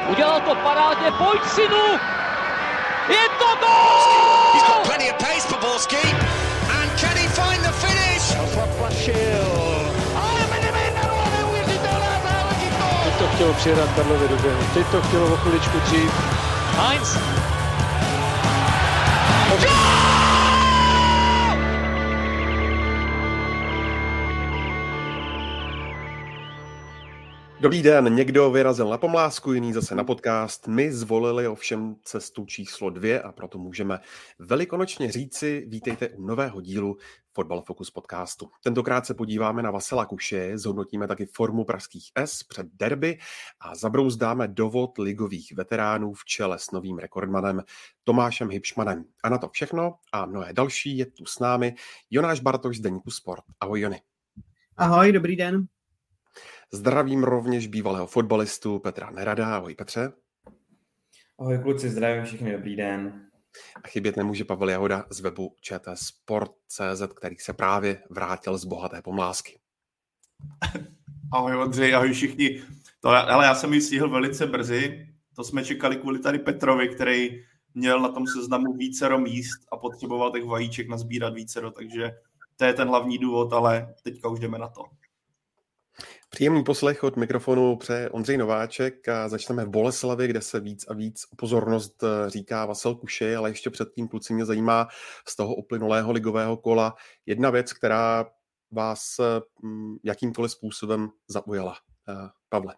Udělal to parádně, pojď synu! Je to gól! He's got plenty of pace for Borski. And can he find the finish? Ale Medvedev, neuvěřitelná záležitost! Teď to chtělo přijedat Karlově do běhu, teď to chtělo o chviličku dřív. Heinz! Dobrý den, někdo vyrazil na pomlázku, jiný zase na podcast. My zvolili ovšem cestu číslo 2 a proto můžeme velikonočně říci, vítejte u nového dílu Fotbal Focus podcastu. Tentokrát se podíváme na Vasila Kušeje, zhodnotíme taky formu pražských S před derby a zabrouzdáme dovod ligových veteránů v čele s novým rekordmanem Tomášem Hybšmanem. A na to všechno a mnohé další je tu s námi Jonáš Bartoš z deníku Sport. Ahoj Jony. Ahoj, dobrý den. Zdravím rovněž bývalého fotbalistu Petra Nerada. Ahoj Petře. Ahoj kluci, zdravím všichni, dobrý den. A chybět nemůže Pavel Jahoda z webu čtsport.cz, který se právě vrátil z bohaté pomlázky. Ahoj Ondřej, ahoj všichni. Ale já jsem ji stihl velice brzy. To jsme čekali kvůli tady Petrovi, který měl na tom seznamu vícero míst a potřeboval těch vajíček nazbírat vícero, takže to je ten hlavní důvod, ale teďka už jdeme na to. Příjemný poslech od mikrofonu přeje Ondřej Nováček a začneme v Boleslavi, kde se víc a víc pozornost říká Vasil Kušej, ale ještě předtím kluci mě zajímá z toho uplynulého ligového kola jedna věc, která vás jakýmkoliv způsobem zaujala. Pavle.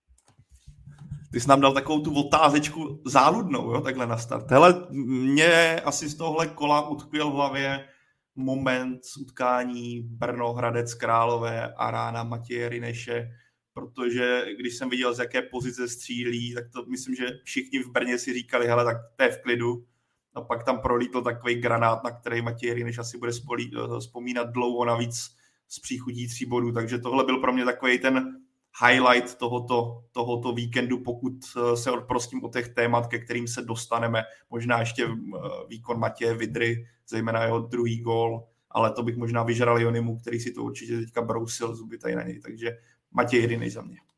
Ty jsi nám dal takovou tu otázečku záludnou, jo, takhle na start. Hele, mě asi z tohle kola utkvěl v hlavě moment z utkání Brno, Hradec Králové a rána Matěje Rineše, protože když jsem viděl, z jaké pozice střílí, tak to myslím, že všichni v Brně si říkali, hele, tak to je v klidu. A pak tam prolítl takový granát, na který Matěj Rineš asi bude vzpomínat dlouho, navíc s příchutí 3 bodů, takže tohle byl pro mě takový ten highlight tohoto víkendu, pokud se odprostím od těch témat, ke kterým se dostaneme. Možná ještě výkon Matěje Vydry, zejména jeho druhý gól, ale to bych možná vyžral Jonimu, který si to určitě teďka brousil zuby tady na něj. Takže Matěj Rineš za mě.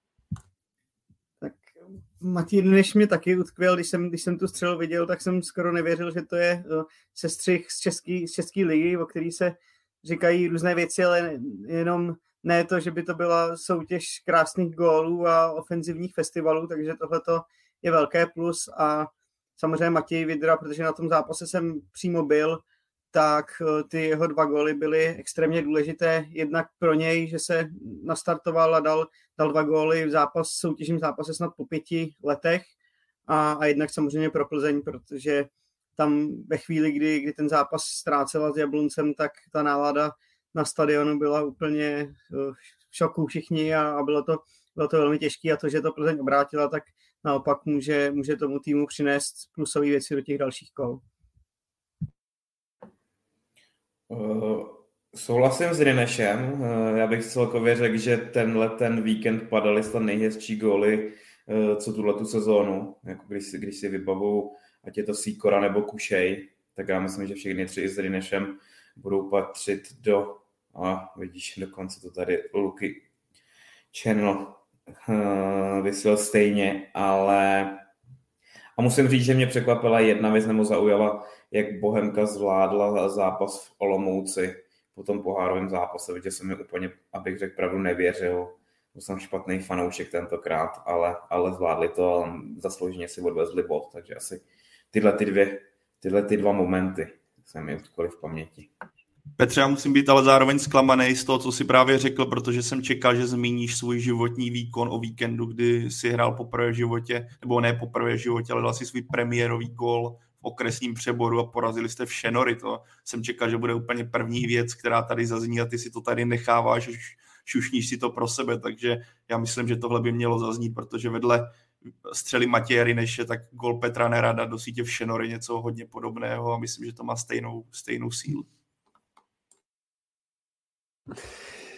Tak Matěj Rineš mě taky utkvěl, když jsem tu střelu viděl, tak jsem skoro nevěřil, že to je sestřih z české ligy, o který se říkají různé věci, ale jenom ne to, že by to byla soutěž krásných gólů a ofenzivních festivalů, takže tohleto je velké plus a samozřejmě Matěj Vydra, protože na tom zápase jsem přímo byl, tak ty jeho 2 góly byly extrémně důležité, jednak pro něj, že se nastartoval a dal 2 góly v soutěžním zápase snad po 5 letech a jednak samozřejmě pro Plzeň, protože tam ve chvíli, kdy ten zápas ztrácela s Jabloncem, tak ta nálada na stadionu byla úplně v šoku všichni a bylo to velmi těžké a to, že to Plzeň obrátila, tak naopak může tomu týmu přinést plusové věci do těch dalších kol. Souhlasím s Rinešem. Já bych celkově řekl, že ten víkend padaly snad nejhezčí góly, co tuhletu sezónu. Jako když si vybavu, ať je to Sýkora nebo Kušej, tak já myslím, že všechny 3 i s Rinešem budou patřit do, vidíš, dokonce to tady Luky Channel vysílal stejně, ale a musím říct, že mě překvapila jedna věc, nebo zaujala, jak Bohemka zvládla zápas v Olomouci po tom pohárovém zápase, protože jsem mi úplně, abych řekl pravdu, nevěřil. Byl jsem špatný fanoušek tentokrát, ale zvládli to a zaslouženě si odvezli bod, takže asi tyhle 2 momenty jsem mi utkali v paměti. Petře, já musím být ale zároveň zklamaný z toho, co si právě řekl, protože jsem čekal, že zmíníš svůj životní výkon o víkendu, kdy si hrál poprvé v životě, nebo ne poprvé v životě, ale dal si svůj premiérový gól v okresním přeboru a porazili jste v Šenory. To jsem čekal, že bude úplně první věc, která tady zazní a ty si to tady necháváš, šušníš si to pro sebe, takže já myslím, že tohle by mělo zaznít, protože vedle střely Matěje Rineše, tak gól Petra Nerada do sítě v Šenory něco hodně podobného a myslím, že to má stejnou sílu.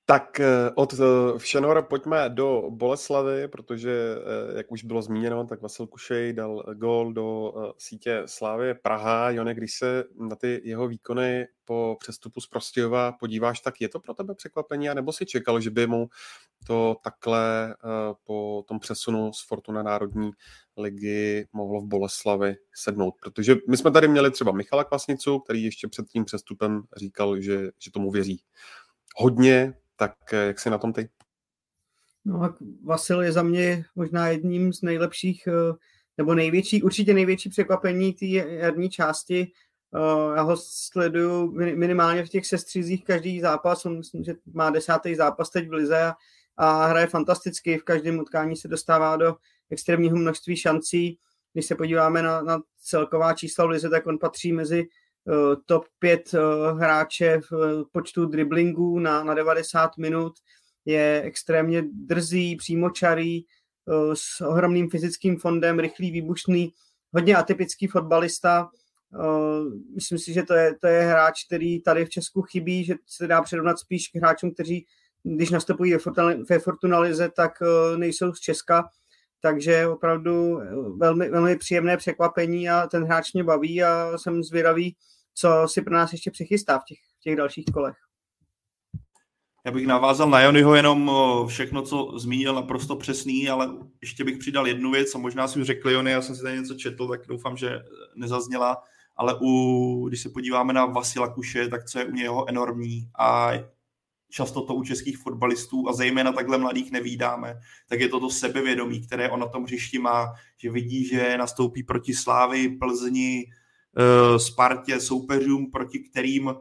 Tak od Všenor pojďme do Boleslavy, protože, jak už bylo zmíněno, tak Vasil Kušej dal gól do sítě Slavie Praha. Jone, když se na ty jeho výkony po přestupu z Prostějova podíváš, tak je to pro tebe překvapení, nebo si čekal, že by mu to takhle po tom přesunu z Fortuna Národní ligy mohlo v Boleslavi sednout? Protože my jsme tady měli třeba Michala Kvasnicu, který ještě před tím přestupem říkal, že tomu věří hodně. Tak jak jsi na tom ty? No a Vasil je za mě možná jedním z nejlepších, nebo určitě největší překvapení té jarní části. Já ho sleduju minimálně v těch sestřizích každý zápas. On myslím, že má 10. zápas teď v lize a hraje fantasticky. V každém utkání se dostává do extrémního množství šancí. Když se podíváme na celková čísla v lize, tak on patří mezi top 5 hráče v počtu driblingů na 90 minut. Je extrémně drzý, přímočarý, s ohromným fyzickým fondem, rychlý, výbušný, hodně atypický fotbalista. Myslím si, že to je hráč, který tady v Česku chybí, že se dá přirovnat spíš k hráčům, kteří, když nastupují ve Fortuna lize, tak nejsou z Česka. Takže opravdu velmi, velmi příjemné překvapení a ten hráč mě baví a jsem zvědavý, co si pro nás ještě přichystá v těch dalších kolech. Já bych navázal na Jonyho, jenom všechno, co zmínil, naprosto přesný, ale ještě bych přidal jednu věc, co možná si už řekl Jony, já jsem si tady něco četl, tak doufám, že nezazněla, ale když se podíváme na Vasila Kuše, tak co je u něho enormní a často to u českých fotbalistů a zejména takhle mladých nevídáme, tak je to sebevědomí, které on na tom hřišti má, že vidí, že nastoupí proti Slávii, Plzni, Spartě, soupeřům, proti kterým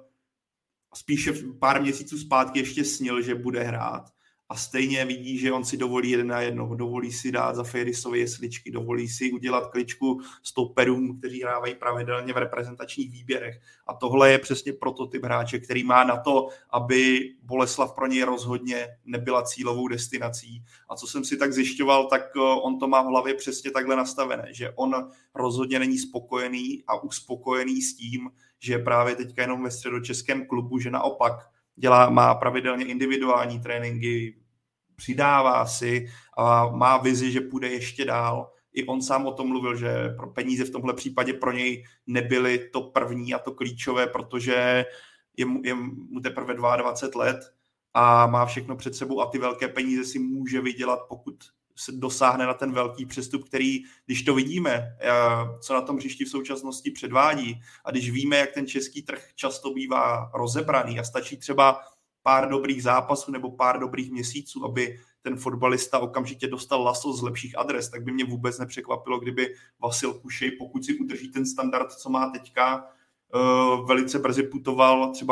spíše pár měsíců zpátky ještě snil, že bude hrát. A stejně vidí, že on si dovolí 1-1, dovolí si dát za Fejrisovy jesličky, dovolí si udělat kličku stoperům, kteří hrávají pravidelně v reprezentačních výběrech. A tohle je přesně prototyp hráče, který má na to, aby Boleslav pro něj rozhodně nebyla cílovou destinací. A co jsem si tak zjišťoval, tak on to má v hlavě přesně takhle nastavené, že on rozhodně není spokojený a uspokojený s tím, že je právě teďka jenom ve středočeském klubu, že naopak má pravidelně individuální tréninky, přidává si a má vizi, že půjde ještě dál. I on sám o tom mluvil, že pro peníze v tomhle případě pro něj nebyly to první a to klíčové, protože je mu teprve 22 let a má všechno před sebou a ty velké peníze si může vydělat, pokud se dosáhne na ten velký přestup, který, když to vidíme, co na tom hřišti v současnosti předvádí a když víme, jak ten český trh často bývá rozebraný a stačí třeba pár dobrých zápasů nebo pár dobrých měsíců, aby ten fotbalista okamžitě dostal laso z lepších adres, tak by mě vůbec nepřekvapilo, kdyby Vasil Kušej, pokud si udrží ten standard, co má teďka, velice brzy putoval třeba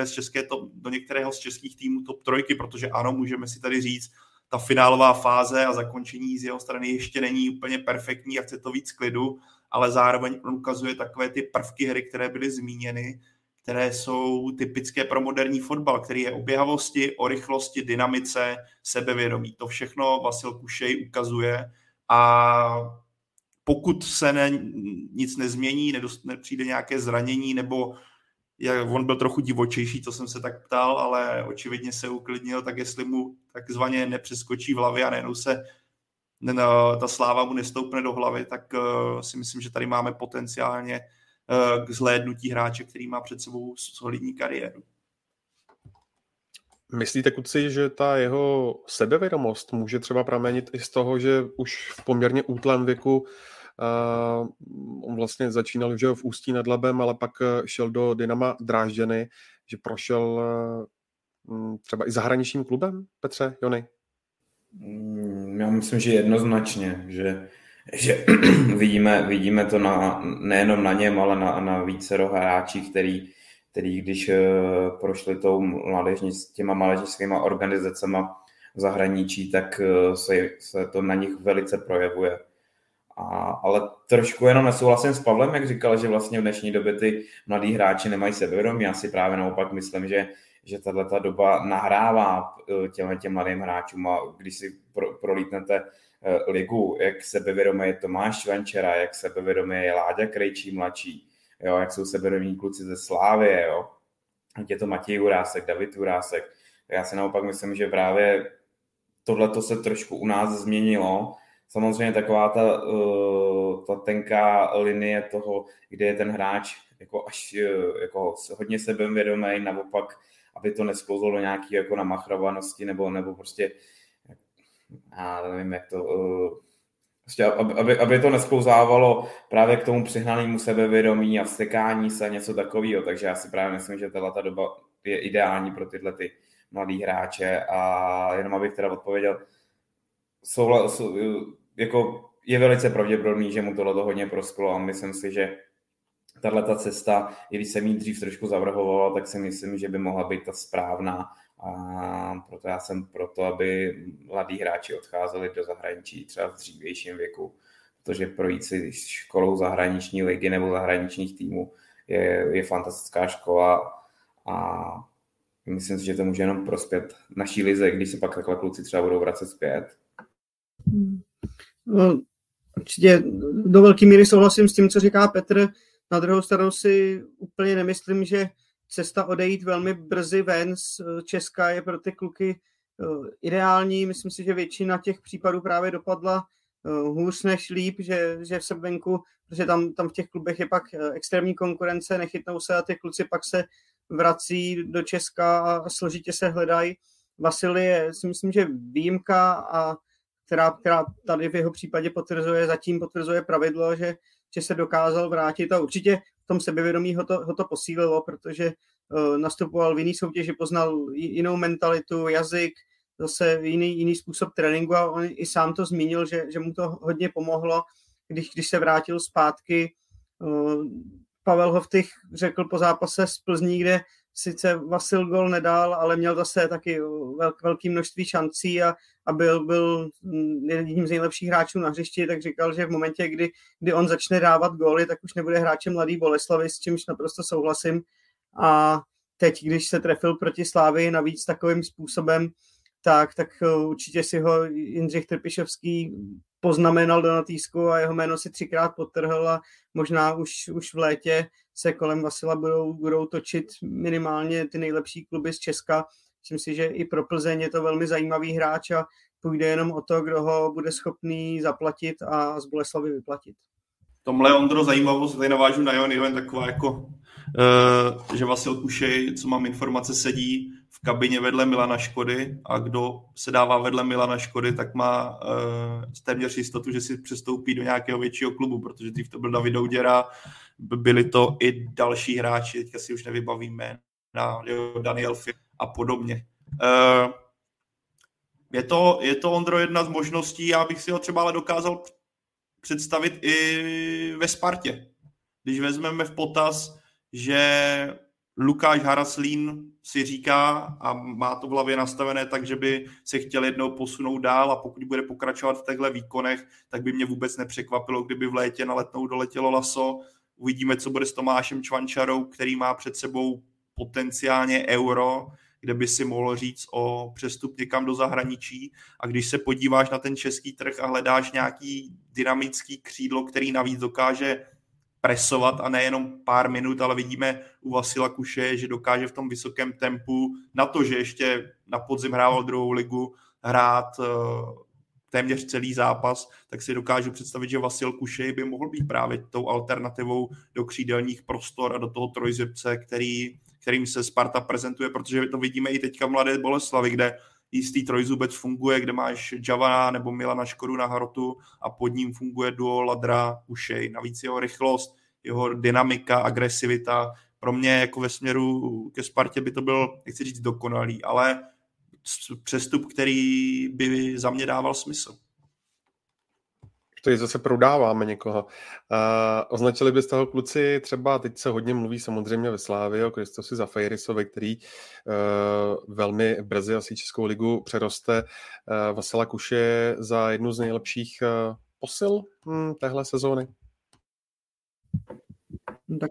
do některého z českých týmů top 3, protože ano, můžeme si tady říct, ta finálová fáze a zakončení z jeho strany ještě není úplně perfektní a chce to víc klidu, ale zároveň on ukazuje takové ty prvky hry, které byly zmíněny, které jsou typické pro moderní fotbal, který je o běhavosti, o rychlosti, dynamice, sebevědomí. To všechno Vasil Kušej ukazuje a pokud se nic nezmění, nepřijde nějaké zranění nebo on byl trochu divočejší, to jsem se tak ptal, ale očividně se uklidnil, tak jestli mu takzvaně nepřeskočí v hlavě a nejenom se ta sláva mu nestoupne do hlavy, tak si myslím, že tady máme potenciálně k zhlédnutí hráče, který má před sebou solidní kariéru. Myslíte, kluci, že ta jeho sebevědomost může třeba pramenit i z toho, že už v poměrně útlém věku on vlastně začínal že v Ústí nad Labem, ale pak šel do Dynama Drážďany, že prošel třeba i zahraničním klubem, Petře, Jony? Já myslím, že jednoznačně, že vidíme to nejenom na něm, ale na vícero hráčích, který když prošli těma mládežnickýma organizacema v zahraničí, tak se to na nich velice projevuje. Ale trošku jenom nesouhlasím s Pavlem, jak říkal, že vlastně v dnešní době ty mladí hráči nemají sebevědomí. Já si právě naopak myslím, že tato doba nahrává těm mladým hráčům a když si prolítnete ligu, jak sebevědomý je Tomáš Švenčera, jak sebevědomý je Láďa Krejčí mladší, jo, jak jsou sebevědomí kluci ze Slávie, jo. Je to Matěj Urásek, David Urásek, Já si naopak myslím, že právě tohleto se trošku u nás změnilo. Samozřejmě taková ta tenká linie toho, kde je ten hráč jako hodně sebevědomý, naopak, aby to nesklouzlo do nějaký jako namachrovanosti nebo prostě, já nevím, jak to... Prostě, aby to nesklouzávalo právě k tomu přehnanému sebevědomí a vztekání se a něco takového. Takže já si právě myslím, že tato doba je ideální pro tyhle ty mladý hráče a jenom abych teda odpověděl, jako je velice pravděpodobný, že mu tohle hodně prosklo a myslím si, že tato cesta, i když jsem jí dřív trošku zavrhovala, tak si myslím, že by mohla být ta správná. A proto já jsem proto, aby mladí hráči odcházeli do zahraničí třeba v dřívějším věku, protože projít si školou zahraniční ligy nebo zahraničních týmů je fantastická škola a myslím si, že to může jenom prospět naší lize, když se pak takhle kluci třeba budou vracet zpět. No, určitě do velké míry souhlasím s tím, co říká Petr. Na druhou stranu si úplně nemyslím, že cesta odejít velmi brzy ven z Česka je pro ty kluky ideální. Myslím si, že většina těch případů právě dopadla hůř než líp, že se venku, protože tam v těch klubech je pak extrémní konkurence, nechytnou se a ty kluci pak se vrací do Česka a složitě se hledají. Vasil je, si myslím, že výjimka, a která tady v jeho případě zatím potvrzuje pravidlo, že se dokázal vrátit a určitě v tom sebevědomí ho to posílilo, protože nastupoval v jiný soutěži, poznal jinou mentalitu, jazyk, zase jiný způsob tréninku a on i sám to zmínil, že mu to hodně pomohlo, když se vrátil zpátky. Pavel Hoftych řekl po zápase z Plzní, kde sice Vasil gol nedal, ale měl zase taky velké množství šancí a byl jedním z nejlepších hráčů na hřišti, tak říkal, že v momentě, kdy on začne dávat góly, tak už nebude hráčem Mladý Boleslavi, s čímž naprosto souhlasím. A teď, když se trefil proti Slávii navíc takovým způsobem, tak určitě si ho Jindřich Trpišovský poznamenal do notýsku a jeho jméno si 3krát podtrhl a možná už v létě se kolem Vasila budou točit minimálně ty nejlepší kluby z Česka. Myslím si, že i pro Plzeň je to velmi zajímavý hráč a půjde jenom o to, kdo ho bude schopný zaplatit a z Boleslavy vyplatit. Tomhle, Ondro, zajímavost, tady navážu na Jon, jen taková jako, že Vasil Kušej, co mám informace, sedí v kabině vedle Milana Škody a kdo se dává vedle Milana Škody, tak má téměř jistotu, že si přestoupí do nějakého většího klubu, protože dřív to byl David Douděra, byli to i další hráči, teďka si už nevybavíme, Daniel Fil a podobně. Je to, Ondro, jedna z možností, já bych si ho třeba ale dokázal představit i ve Spartě. Když vezmeme v potaz, že Lukáš Haraslín si říká a má to v hlavě nastavené tak, že by se chtěl jednou posunout dál a pokud bude pokračovat v těchto výkonech, tak by mě vůbec nepřekvapilo, kdyby v létě na Letnou doletělo laso. Uvidíme, co bude s Tomášem Čvančarou, který má před sebou potenciálně Euro, kde by si mohl říct o přestup někam do zahraničí. A když se podíváš na ten český trh a hledáš nějaký dynamický křídlo, který navíc dokáže presovat a nejenom pár minut, ale vidíme u Vasila Kuše, že dokáže v tom vysokém tempu, na to, že ještě na podzim hrával druhou ligu, hrát téměř celý zápas, tak si dokážu představit, že Vasil Kušej by mohl být právě tou alternativou do křídelních prostor a do toho trojzebce, kterým se Sparta prezentuje, protože to vidíme i teďka v Mladé Boleslavi, kde jistý trojzubec funguje, kde máš Javana nebo Milana Škodu na hrotu a pod ním funguje duo Ladra Kušej. Navíc jeho rychlost, jeho dynamika, agresivita. Pro mě jako ve směru ke Spartě by to byl, nechci říct dokonalý, ale přestup, který by za mě dával smysl. Tady zase prodáváme někoho. Označili byste ho, kluci, třeba teď se hodně mluví samozřejmě ve Slávii o Kristosi Zafejrisovi, který velmi brzy asi Českou ligu přeroste. Vasila Kuše za jednu z nejlepších posil téhle sezóny? Tak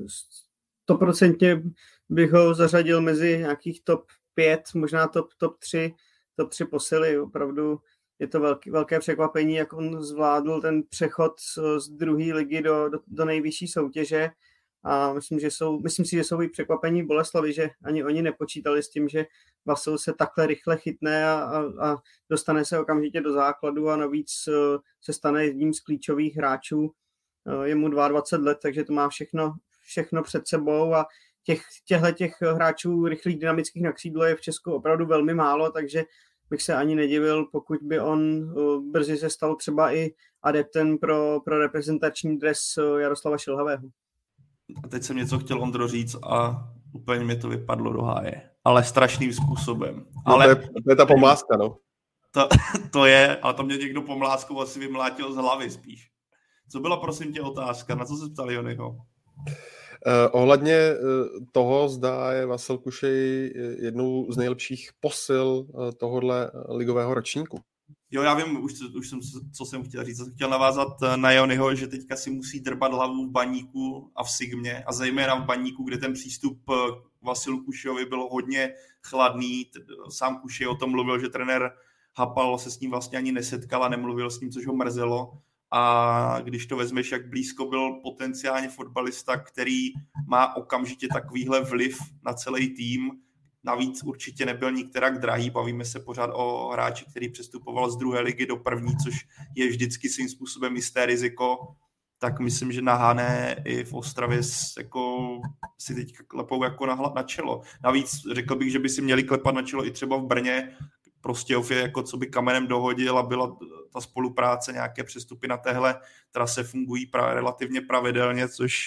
100% bych ho zařadil mezi nějakých top 5, možná top 3 posily. Opravdu je to velké překvapení, jak on zvládl ten přechod z druhé ligy do nejvyšší soutěže a myslím si, že jsou i překvapení Boleslavi, že ani oni nepočítali s tím, že Vasil se takhle rychle chytne a dostane se okamžitě do základu a navíc se stane jedním z klíčových hráčů. Je mu 22 let, takže to má všechno před sebou a těch hráčů rychlých dynamických na křídlo je v Česku opravdu velmi málo, takže bych se ani nedivil, pokud by on brzy se stal třeba i adeptem pro reprezentační dres Jaroslava Šilhavého. A teď jsem něco chtěl, Ondro, říct a úplně mi to vypadlo do háje. Ale strašným způsobem. Ale to je ta pomlázka, no. To je, ale to mě někdo pomlázkou asi vymlátil z hlavy spíš. Co byla, prosím tě, otázka? Na co se ptal Jonyho? Ohledně toho, zda je Vasil Kušej jednou z nejlepších posil tohohle ligového ročníku. Jo, já vím, už jsem, co jsem chtěl říct. Jsem chtěl navázat na Jonyho, že teďka si musí drbat hlavu v Baníku a v Sigmě a zejména v Baníku, kde ten přístup k Vasilu Kušejovi byl hodně chladný. Sám Kušej o tom mluvil, že trenér Hapal se s ním vlastně ani nesetkal a nemluvil s ním, což ho mrzelo. A když to vezmeš, jak blízko byl potenciálně fotbalista, který má okamžitě takovýhle vliv na celý tým, navíc určitě nebyl nikterak drahý, bavíme se pořád o hráči, který přestupoval z druhé ligy do první, což je vždycky svým způsobem jisté riziko, tak myslím, že na Hané i v Ostravě jako si teď klepou jako na čelo. Navíc řekl bych, že by si měli klepat na čelo i třeba v Brně, Prostějov je jako co by kamenem dohodil a byla ta spolupráce, nějaké přestupy na téhle trase fungují relativně pravidelně, což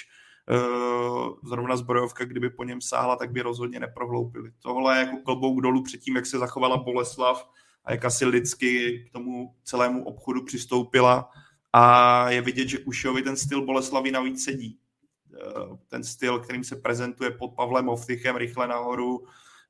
zrovna Zbrojovka, kdyby po něm sáhla, tak by rozhodně neprohloupili. Tohle je jako klobouk dolů před tím, jak se zachovala Boleslav a jak asi lidsky k tomu celému obchodu přistoupila a je vidět, že Kušovi ten styl Boleslavy navíc sedí. Ten styl, kterým se prezentuje pod Pavlem Hovtychem rychle nahoru,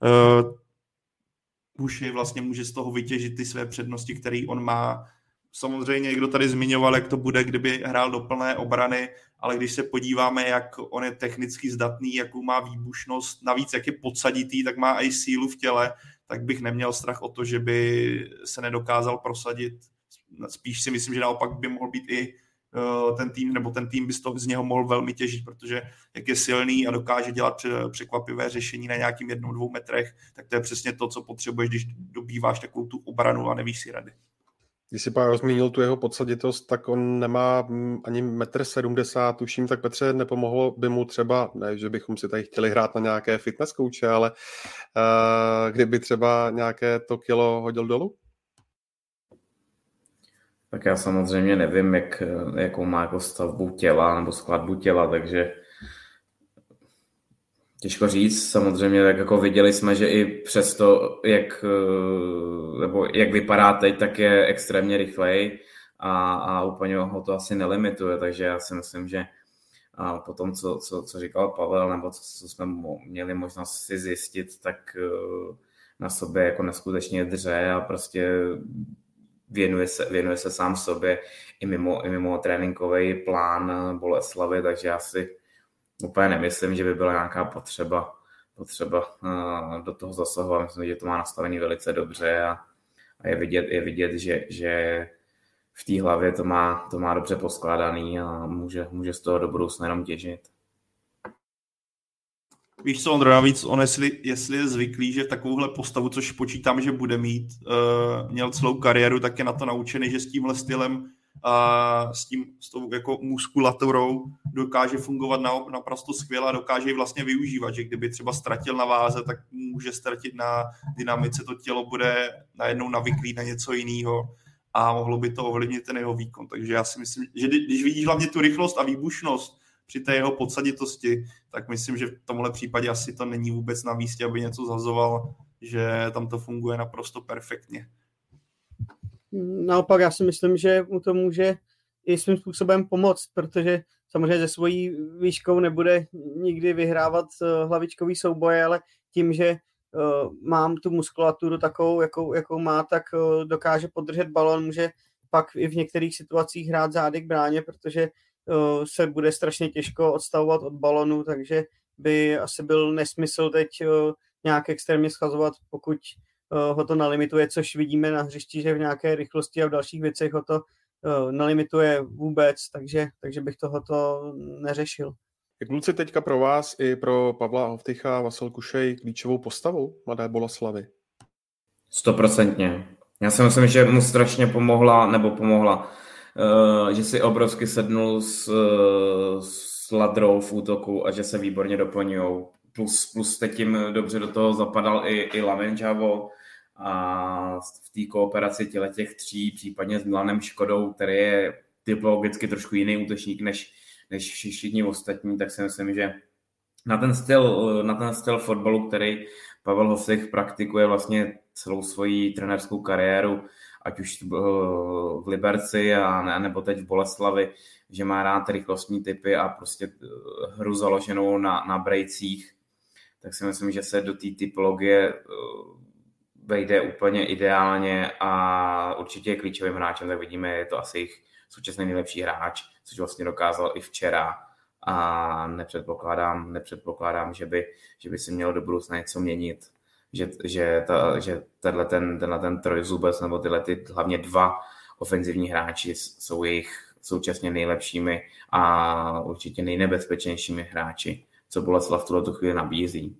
Kušej vlastně může z toho vytěžit ty své přednosti, které on má. Samozřejmě někdo tady zmiňoval, jak to bude, kdyby hrál do plné obrany, ale když se podíváme, jak on je technicky zdatný, jakou má výbušnost, navíc jak je podsaditý, tak má i sílu v těle, tak bych neměl strach o to, že by se nedokázal prosadit. Spíš si myslím, že naopak by mohl být i ten tým, nebo ten tým by z něho mohl velmi těžit, protože jak je silný a dokáže dělat překvapivé řešení na nějakým 1-2 metrech, tak to je přesně to, co potřebuješ, když dobýváš takovou tu obranu a nevíš si rady. Když si Pájo zmínil tu jeho podsaditost, tak on nemá ani 1,70 m, tuším, tak Petře, nepomohlo by mu třeba, ne, že bychom si tady chtěli hrát na nějaké fitness kouče, ale kdyby třeba nějaké to kilo hodil dolů? Tak já samozřejmě nevím, jakou má jako stavbu těla nebo skladbu těla, takže těžko říct. Samozřejmě tak jako viděli jsme, že i přesto, jak vypadá teď, tak je extrémně rychlej a úplně ho to asi nelimituje, takže já si myslím, že po tom, co říkal Pavel, nebo co jsme měli možnost si zjistit, tak na sobě jako neskutečně dře a prostě věnuje se sám sobě i mimo tréninkový plán Boleslavy, takže já si úplně nemyslím, že by byla nějaká potřeba do toho zasahovat. Myslím, že to má nastavený velice dobře a je vidět, že v té hlavě to má dobře poskládaný a může z toho do budoucna jenom těžit. Víš co, Ondro, navíc on jestli je zvyklý, že takovouhle postavu, což počítám, že bude mít, měl celou kariéru, tak je na to naučený, že s tímhle stylem a s tou jako muskulaturou dokáže fungovat naprosto skvěle a dokáže ji vlastně využívat, že kdyby třeba ztratil na váze, tak může ztratit na dynamice, to tělo bude najednou navyklý na něco jiného a mohlo by to ovlivnit ten jeho výkon. Takže já si myslím, že když vidíš hlavně tu rychlost a výbušnost při té jeho podsaditosti, tak myslím, že v tomhle případě asi to není vůbec na místě, aby něco zazoval, že tam to funguje naprosto perfektně. Naopak já si myslím, že mu to může i svým způsobem pomoct, protože samozřejmě ze svojí výškou nebude nikdy vyhrávat hlavičkový souboje, ale tím, že mám tu muskulaturu takovou, jakou má, tak dokáže podržet balon, může pak i v některých situacích hrát zády k bráně, protože se bude strašně těžko odstavovat od balonu, takže by asi byl nesmysl teď nějak extrémně schazovat, pokud ho to nalimituje, což vidíme na hřišti, že v nějaké rychlosti a v dalších věcech ho to nalimituje vůbec, takže bych tohoto neřešil. Je kluci teďka pro vás i pro Pavla Hovtycha Vasil Kušej klíčovou postavou Mladé Boleslavi? 100%. Já si myslím, že mu strašně pomohla, že si obrovsky sednul s Ladrou v útoku a že se výborně doplňujou. Plus teď tím dobře do toho zapadal i Lamin Javo a v té kooperaci těch tří, případně s Milanem Škodou, který je typologicky trošku jiný útočník než všichni ostatní, tak si myslím, že na ten styl fotbalu, který Pavel Hovtych praktikuje vlastně celou svoji trenérskou kariéru, ať už v Liberci a nebo teď v Boleslavi, že má rád rychlostní typy a prostě hru založenou na brejcích, tak si myslím, že se do té typologie vejde úplně ideálně a určitě je klíčovým hráčem, tak vidíme, je to asi jejich současný nejlepší hráč, což vlastně dokázal i včera a nepředpokládám, že by si mělo do budoucna něco měnit, že tenhle ten trojzubec nebo tyhle hlavně dva ofenzivní hráči jsou jejich současně nejlepšími a určitě nejnebezpečnějšími hráči, co Boleslav v tuto chvíli nabízí.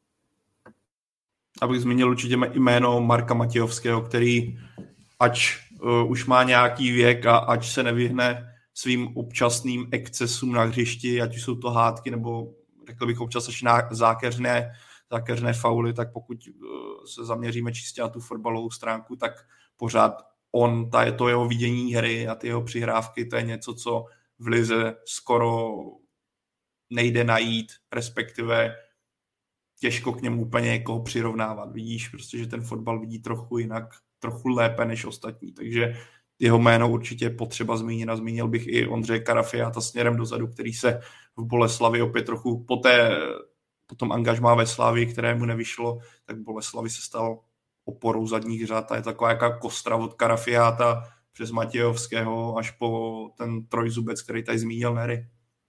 Abych zmínil určitě jméno Marka Matějovského, který ač už má nějaký věk a ač se nevyhne svým občasným excesům na hřišti, ať už jsou to hádky nebo řekl bych občas až zákeřné fauly, tak pokud se zaměříme čistě na tu fotbalovou stránku, tak pořád to jeho vidění hry a ty jeho přihrávky, to je něco, co v lize skoro nejde najít, respektive těžko k němu úplně někoho přirovnávat. Vidíš prostě, že ten fotbal vidí trochu jinak, trochu lépe než ostatní, takže jeho jméno určitě potřeba zmínit a zmínil bych i Ondřeje Karafiáta směrem dozadu, který se v Boleslavi opět trochu po tom angažmá ve Slavii, kterému nevyšlo, tak Boleslavi se stal oporou zadních řad a je taková jaká kostra od Karafiáta přes Matějovského až po ten trojzubec, který tady zmínil Nery.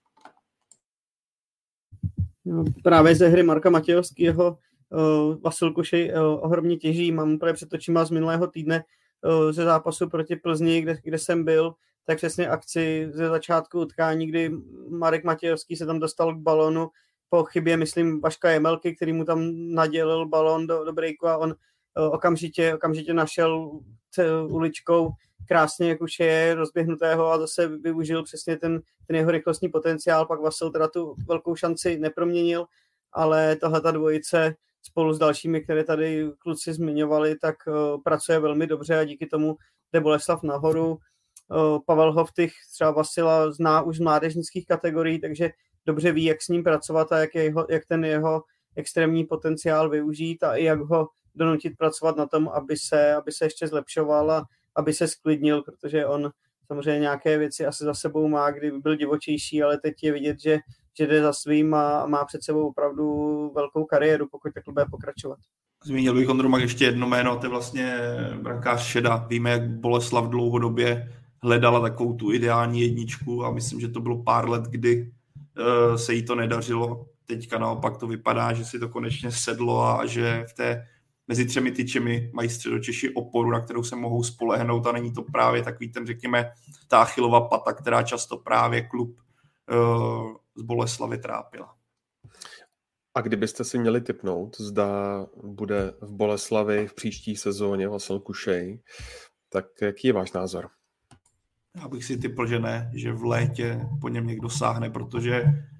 No, právě ze hry Marka Matějovského Vasil Kušej ohromně těží. Mám úplně před očima z minulého týdne ze zápasu proti Plzni, kde jsem byl, tak přesně akci ze začátku utkání, kdy Marek Matějovský se tam dostal k balonu po chybě, myslím, Vaška Jemelky, který mu tam nadělil balón do breaku a on okamžitě našel uličkou krásně, jak už je rozběhnutého a zase využil přesně ten jeho rychlostní potenciál, pak Vasil teda tu velkou šanci neproměnil, ale tahleta dvojice spolu s dalšími, které tady kluci zmiňovali, tak pracuje velmi dobře a díky tomu jde Boleslav nahoru. Pavel Hovtych třeba Vasila zná už z mládežnických kategorií, takže dobře ví, jak s ním pracovat a jak ten jeho extrémní potenciál využít a i jak ho donutit pracovat na tom, aby se ještě zlepšoval a aby se sklidnil, protože on samozřejmě nějaké věci asi za sebou má, kdyby byl divočejší, ale teď je vidět, že jde za svým a má před sebou opravdu velkou kariéru, pokud takhle bude pokračovat. Zmínil bych, Ondro, ještě jedno jméno, to je vlastně brankář Šeda. Víme, jak Boleslav dlouhodobě hledala takovou tu ideální jedničku a myslím, že to bylo pár let, kdy se jí to nedařilo. Teďka naopak to vypadá, že si to konečně sedlo a že mezi třemi tyčemi mají Středočeši oporu, na kterou se mohou spolehnout a není to právě takový ten, řekněme, ta Achillova pata, která často právě klub z Boleslavy trápila. A kdybyste si měli tipnout, zda bude v Boleslavi v příští sezóně Vasil Kušej, tak jaký je váš názor? Já bych si tipl, že ne, že v létě po něm někdo sáhne, protože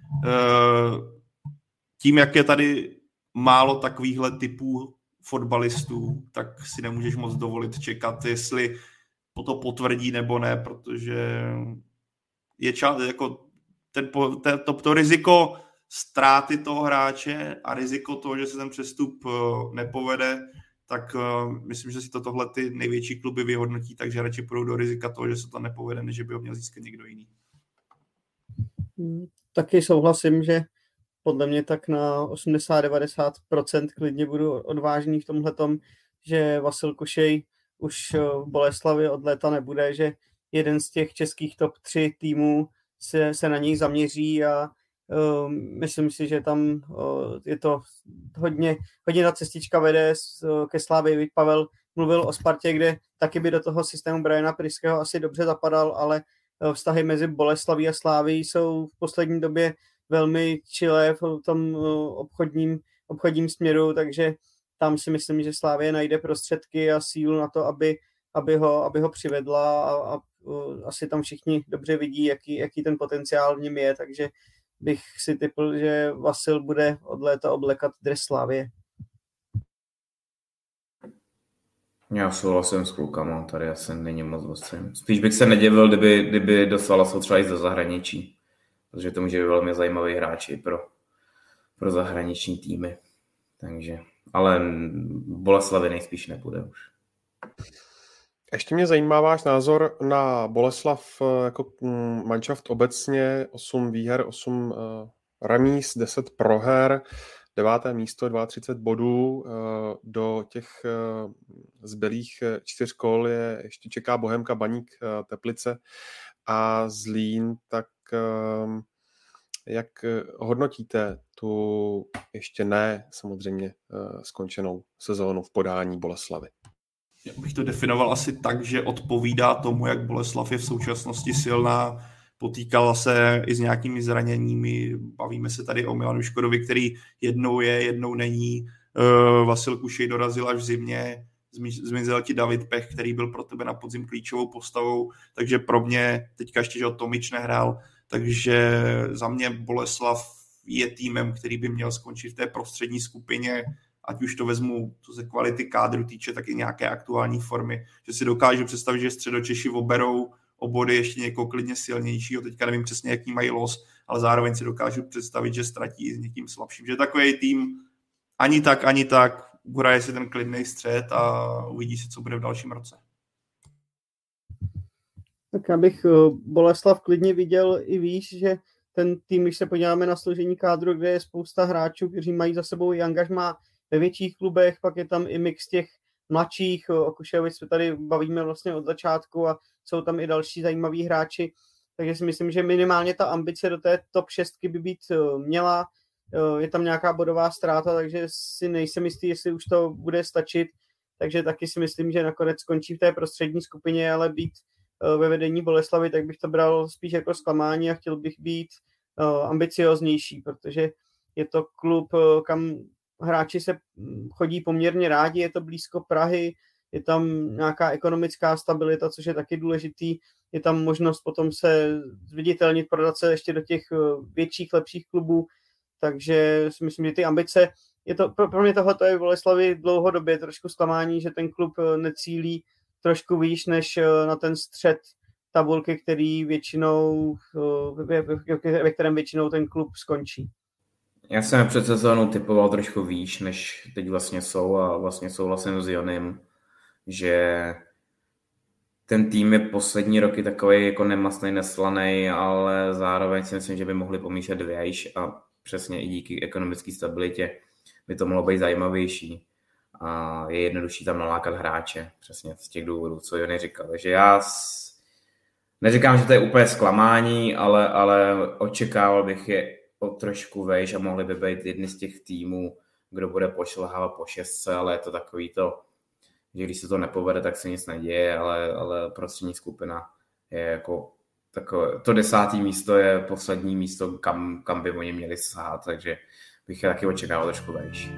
tím, jak je tady málo takovýchhle typů fotbalistů, tak si nemůžeš moc dovolit čekat, jestli to potvrdí nebo ne, protože je jako to riziko ztráty toho hráče a riziko toho, že se ten přestup nepovede, tak myslím, že si tohle ty největší kluby vyhodnotí, takže radši půjdou do rizika toho, že se to nepovede, než by ho měl získat někdo jiný. Taky souhlasím, že podle mě tak na 80-90% klidně budu odvážný v tomhletom, že Vasil Kušej už v Boleslavi od léta nebude, že jeden z těch českých top 3 týmů se na něj zaměří a myslím si, že tam je to hodně ta cestička vede ke Slavii. Pavel mluvil o Spartě, kde taky by do toho systému Briana Pryského asi dobře zapadal, ale vztahy mezi Boleslaví a Slavií jsou v poslední době velmi chile v tom obchodním směru, takže tam si myslím, že Slavie najde prostředky a sílu na to, aby ho přivedla a asi tam všichni dobře vidí, jaký ten potenciál v něm je, takže bych si tipl, že Vasil bude od léta oblekat dres Slavie. Já souhlasím s klukama, tady asi není moc ostřím. Spíš bych se nedivil, kdyby dostala se třeba jít do zahraničí, protože to může být velmi zajímavý hráči pro zahraniční týmy. Takže, ale Boleslavy nejspíš nepůjde už. Ještě mě zajímá váš názor na Boleslav jako manšaft obecně, 8 výher, 8 remíz, 10 proher, 9. místo, 32 bodů. Do těch zbylých 4 kol ještě čeká Bohemka, Baník, Teplice a Zlín. Tak jak hodnotíte tu ještě ne samozřejmě skončenou sezónu v podání Boleslavy? Já bych to definoval asi tak, že odpovídá tomu, jak Boleslav je v současnosti silná, potýkala se i s nějakými zraněními, bavíme se tady o Milanu Škodovi, který jednou je, jednou není, Vasil Kušej dorazil až v zimě, zmizel ti David Pech, který byl pro tebe na podzim klíčovou postavou, takže pro mě, teďka ještě, že Tomič nehrál, takže za mě Boleslav je týmem, který by měl skončit v té prostřední skupině, ať už to vezmu, co se kvality kádru týče, tak i nějaké aktuální formy, že si dokážu představit, že Středočeši oberou o body ještě někoho klidně silnějšího, teďka nevím přesně, jaký mají los, ale zároveň si dokážu představit, že ztratí s někým slabším, že takový tým ani tak, hraje si ten klidný střed a uvidí si, co bude v dalším roce. Tak já bych Boleslav klidně viděl i víš, že ten tým, když se podíváme na složení kádru, kde je spousta hráčů, kteří mají za sebou i angažmá ve větších klubech, pak je tam i mix těch mladších, o Kušejovi se tady bavíme vlastně od začátku a jsou tam i další zajímaví hráči, takže si myslím, že minimálně ta ambice do té top 6 by být měla, je tam nějaká bodová ztráta, takže si nejsem jistý, jestli už to bude stačit, takže taky si myslím, že nakonec skončí v té prostřední skupině, ale být ve vedení Boleslavy, tak bych to bral spíš jako zklamání a chtěl bych být ambicioznější, protože je to klub, kam hráči se chodí poměrně rádi, je to blízko Prahy, je tam nějaká ekonomická stabilita, což je taky důležitý, je tam možnost potom se zviditelnit, prodat se ještě do těch větších, lepších klubů, takže si myslím, že ty ambice, je to, pro mě tohle je v Boleslavi dlouhodobě trošku zklamání, že ten klub necílí trošku výš než na ten střed tabulky, který většinou, ve kterém většinou ten klub skončí. Já jsem před sezónou typoval trošku výš, než teď vlastně jsou a vlastně souhlasím s Jonem, že ten tým je poslední roky takový jako nemastný, neslaný, ale zároveň si myslím, že by mohli pomíšet výš a přesně i díky ekonomické stabilitě by to mohlo být zajímavější a je jednodušší tam nalákat hráče, přesně z těch důvodů, co Jony říkal. Takže já neříkám, že to je úplně zklamání, ale očekával bych je o trošku vejš a mohli by být jedni z těch týmů, kdo bude pošlehávat po 6, ale je to takový to, že když se to nepovede, tak se nic neděje, ale prostřední skupina je jako takové, to 10. místo je poslední místo, kam by oni měli sahat, takže bych je taky očekával trošku vejš.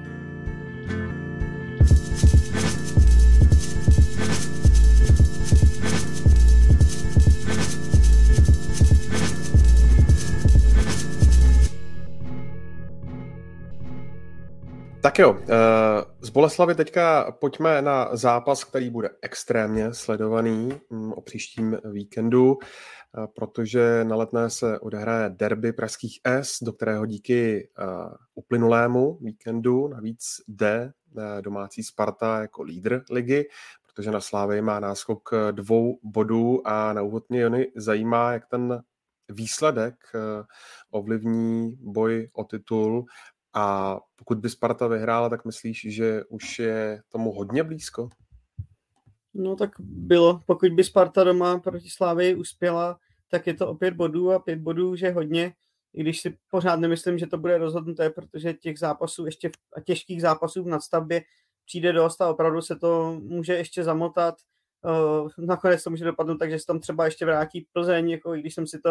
Tak jo, z Boleslavy teďka pojďme na zápas, který bude extrémně sledovaný o příštím víkendu, protože na Letné se odehraje derby pražských S, do kterého díky uplynulému víkendu navíc jde domácí Sparta jako lídr ligy, protože na Slávii má náskok 2 bodů a na úvod mě Jony zajímá, jak ten výsledek ovlivní boj o titul. A pokud by Sparta vyhrála, tak myslíš, že už je tomu hodně blízko? No tak bylo. Pokud by Sparta doma proti Slávii uspěla, tak je to o 5 bodů a 5 bodů už je hodně. I když si pořád nemyslím, že to bude rozhodnuté, protože těch zápasů ještě a těžkých zápasů v nadstavbě přijde dost a opravdu se to může ještě zamotat. Nakonec to může dopadnout tak, že se tam třeba ještě vrátí Plzeň, jako i když jsem si to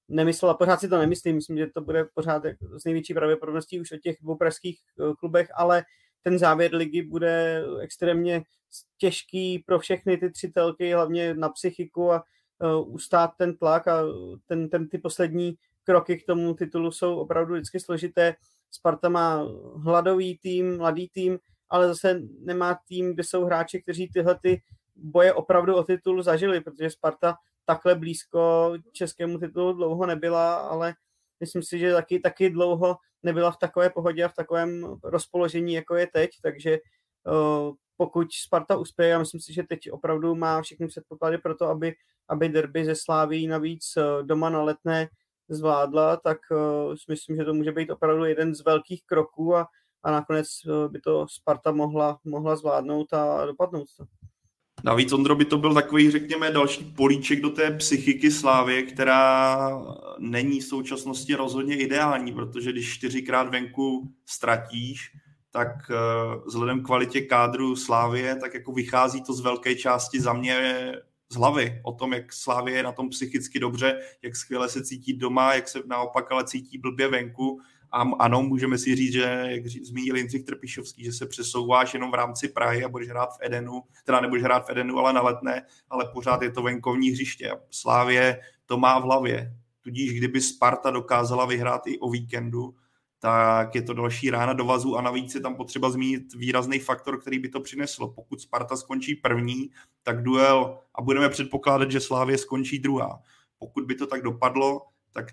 nemyslel a pořád si to nemyslím, myslím, že to bude pořád s největší pravděpodobností už o těch dvou pražských klubech, ale ten závěr ligy bude extrémně těžký pro všechny ty tři telky, hlavně na psychiku a ustát ten tlak a ty poslední kroky k tomu titulu jsou opravdu vždycky složité. Sparta má hladový tým, mladý tým, ale zase nemá tým, kde jsou hráči, kteří tyhle ty boje opravdu o titul zažili, protože Sparta takhle blízko českému titulu dlouho nebyla, ale myslím si, že taky dlouho nebyla v takové pohodě a v takovém rozpoložení, jako je teď, takže pokud Sparta uspěje, já myslím si, že teď opravdu má všechny předpoklady pro to, aby derby ze Sláví navíc doma na Letné zvládla, tak si myslím, že to může být opravdu jeden z velkých kroků a nakonec by to Sparta mohla zvládnout a dopadnout to. Navíc, Ondro, by to byl takový, řekněme, další políček do té psychiky Slávie, která není v současnosti rozhodně ideální, protože když 4krát venku ztratíš, tak vzhledem k kvalitě kádru Slávie, tak jako vychází to z velké části za mě z hlavy o tom, jak Slávie je na tom psychicky dobře, jak skvěle se cítí doma, jak se naopak ale cítí blbě venku. A ano, můžeme si říct, že, jak zmínil Jindřich Trpišovský, že se přesouváš jenom v rámci Prahy a budeš hrát v Edenu, teda nebudeš hrát v Edenu, ale na Letné, ale pořád je to venkovní hřiště. Slávie to má v hlavě. Tudíž kdyby Sparta dokázala vyhrát i o víkendu, tak je to další rána do vazu a navíc je tam potřeba zmínit výrazný faktor, který by to přineslo. Pokud Sparta skončí první, tak duel a budeme předpokládat, že Slávie skončí druhá. Pokud by to tak dopadlo, tak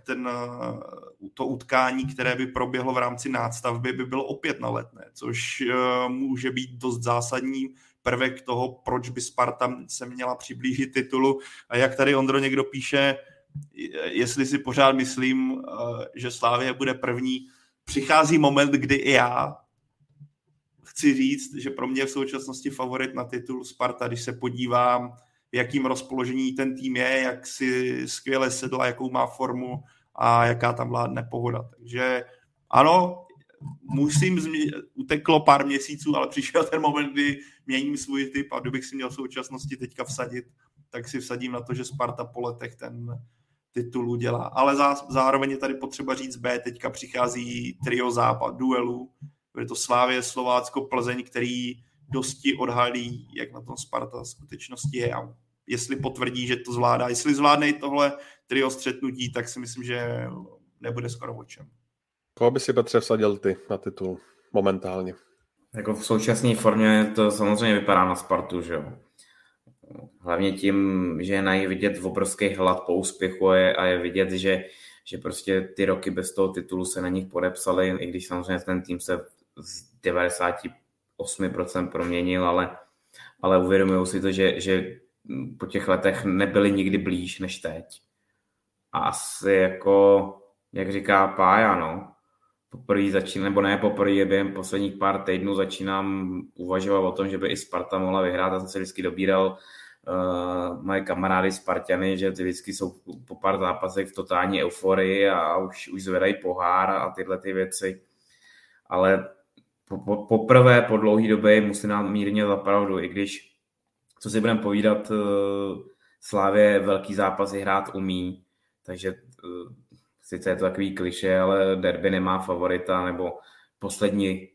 to utkání, které by proběhlo v rámci nástavby, by bylo opět na Letné, což může být dost zásadní prvek toho, proč by Sparta se měla přiblížit titulu. A jak tady Ondro někdo píše, jestli si pořád myslím, že Slavia bude první, přichází moment, kdy i já chci říct, že pro mě v současnosti favorit na titul Sparta, když se podívám, v jakým rozpoložení ten tým je, jak si skvěle sedla, jakou má formu a jaká tam vládne pohoda. Takže ano, uteklo pár měsíců, ale přišel ten moment, kdy měním svůj tip a kdybych si měl v současnosti teďka vsadit, tak si vsadím na to, že Sparta po letech ten titul udělá. Ale zároveň je tady potřeba říct B, teďka přichází trio západ duelů, bude to Slavie, Slovácko, Plzeň, který dosti odhalí, jak na tom Sparta v skutečnosti je a jestli potvrdí, že to zvládá. Jestli zvládne tohle trio střetnutí, tak si myslím, že nebude skoro o čem. Koho by si, Petře, vsadil ty na titul momentálně? Jako v současné formě to samozřejmě vypadá na Spartu, že jo. Hlavně tím, že je na ně vidět obrovský hlad po úspěchu a je vidět, že prostě ty roky bez toho titulu se na nich podepsali, i když samozřejmě ten tým se z 98% proměnil, ale uvědomují si to, že po těch letech nebyli nikdy blíž než teď. A asi jako, jak říká Pája, no, poprvé během posledních pár týdnů začínám uvažovat o tom, že by i Sparta mohla vyhrát. Já jsem se vždycky dobíral moje kamarády Sparťany, že ty vždycky jsou po pár zápasech v totální euforii a už zvedají pohár a tyhle ty věci. Ale poprvé po dlouhé době musím nám mírně za pravdu, i když, co si budeme povídat, Slavie velký zápasy hrát umí, takže sice je to takový klišé, ale derby nemá favorita, nebo poslední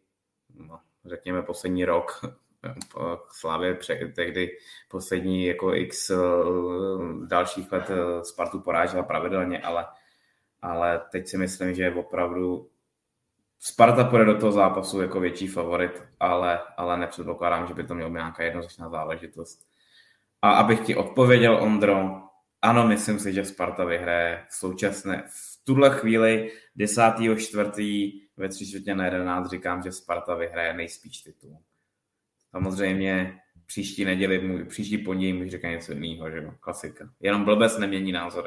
rok Slavie tehdy poslední jako x dalších let Spartu porážela pravidelně, ale teď si myslím, že opravdu Sparta půjde do toho zápasu jako větší favorit, ale nepředpokládám, že by to mělo být nějaká jednoznačná záležitost. A abych ti odpověděl, Ondro, ano, myslím si, že Sparta vyhraje v tuhle chvíli 10.4. ve 10:45 říkám, že Sparta vyhraje nejspíš titul. Samozřejmě příští pondělí můžu říkat něco jiného, že jo, klasika. Jenom blbec nemění názory.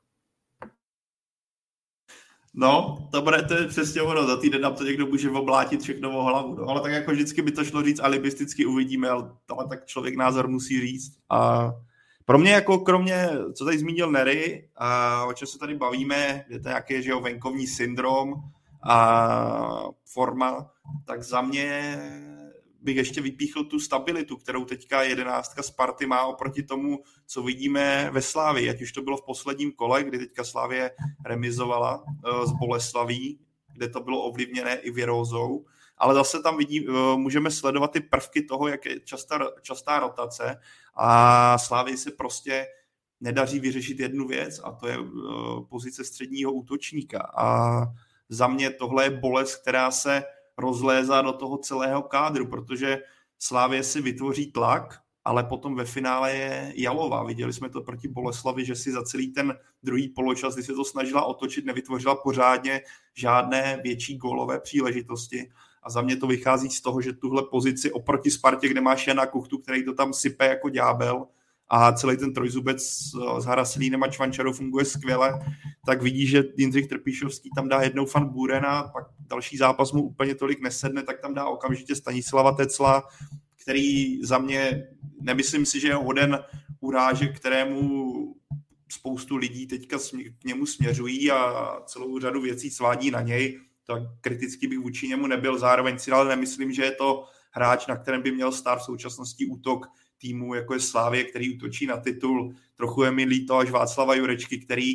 No, to je přesně ono, za týden nám to někdo může oblátit všechno o hlavu, no, ale tak jako vždycky by to šlo říct alibisticky uvidíme, ale tak člověk názor musí říct. A pro mě jako kromě, co tady zmínil Nery, a o čem se tady bavíme, je to nějaký, že jo, venkovní syndrom a forma, tak za mě bych ještě vypíchl tu stabilitu, kterou teďka 11 Sparty má oproti tomu, co vidíme ve Slávii. Ať už to bylo v posledním kole, kdy teďka Slavie remizovala s Boleslaví, kde to bylo ovlivněné i virózou, ale zase tam můžeme sledovat ty prvky toho, jak je častá rotace a Slavii se prostě nedaří vyřešit jednu věc a to je pozice středního útočníka. A za mě tohle je bolest, která se rozlézá do toho celého kádru, protože Slavie si vytvoří tlak, ale potom ve finále je jalová. Viděli jsme to proti Boleslavi, že si za celý ten druhý poločas, kdy se to snažila otočit, nevytvořila pořádně žádné větší gólové příležitosti. A za mě to vychází z toho, že tuhle pozici oproti Spartě, kde máš Jana Kuchtu, který to tam sype jako ďábel, a celý ten trojzubec s Haraslínem a Čvančarou funguje skvěle, tak vidí, že Jindřich Trpišovský tam dá jednou Van Burena, pak další zápas mu úplně tolik nesedne, tak tam dá okamžitě Stanislava Tecla, který za mě, nemyslím si, že je hoden urážek, kterému spoustu lidí teďka k němu směřují a celou řadu věcí svádí na něj, tak kriticky bych vůči němu nebyl, zároveň si ale nemyslím, že je to hráč, na kterém by měl stát v současnosti útok týmu, jako je Slavie, který útočí na titul. Trochu je mi líto až Václava Jurečky, který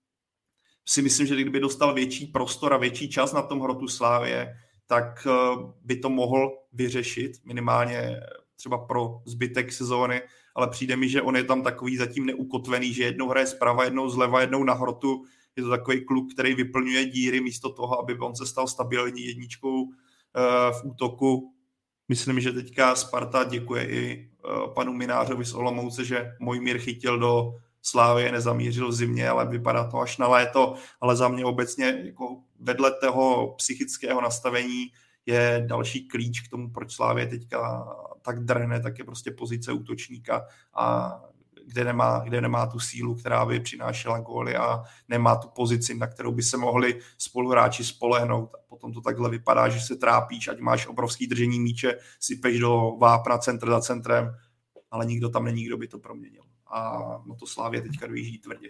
si myslím, že kdyby dostal větší prostor a větší čas na tom hrotu Slavie, tak by to mohl vyřešit, minimálně třeba pro zbytek sezóny, ale přijde mi, že on je tam takový zatím neukotvený, že jednou hraje zprava, jednou zleva, jednou na hrotu. Je to takový kluk, který vyplňuje díry místo toho, aby on se stal stabilní jedničkou v útoku. Myslím, že teďka Sparta děkuje i panu Minářovi z Olomouce, že Mojmír chytil do Slávie, nezamířil v zimě, ale vypadá to až na léto. Ale za mě obecně jako vedle toho psychického nastavení je další klíč k tomu, proč Slávie teďka tak drhne, tak je prostě pozice útočníka, a kde nemá tu sílu, která by přinášela góly a nemá tu pozici, na kterou by se mohli spoluhráči spolehnout. A potom to takhle vypadá, že se trápíš, ať máš obrovský držení míče, sypeš do vápna centr za centrem, ale nikdo tam není, kdo by to proměnil. A no to Slávě teďka dojíždí tvrdě.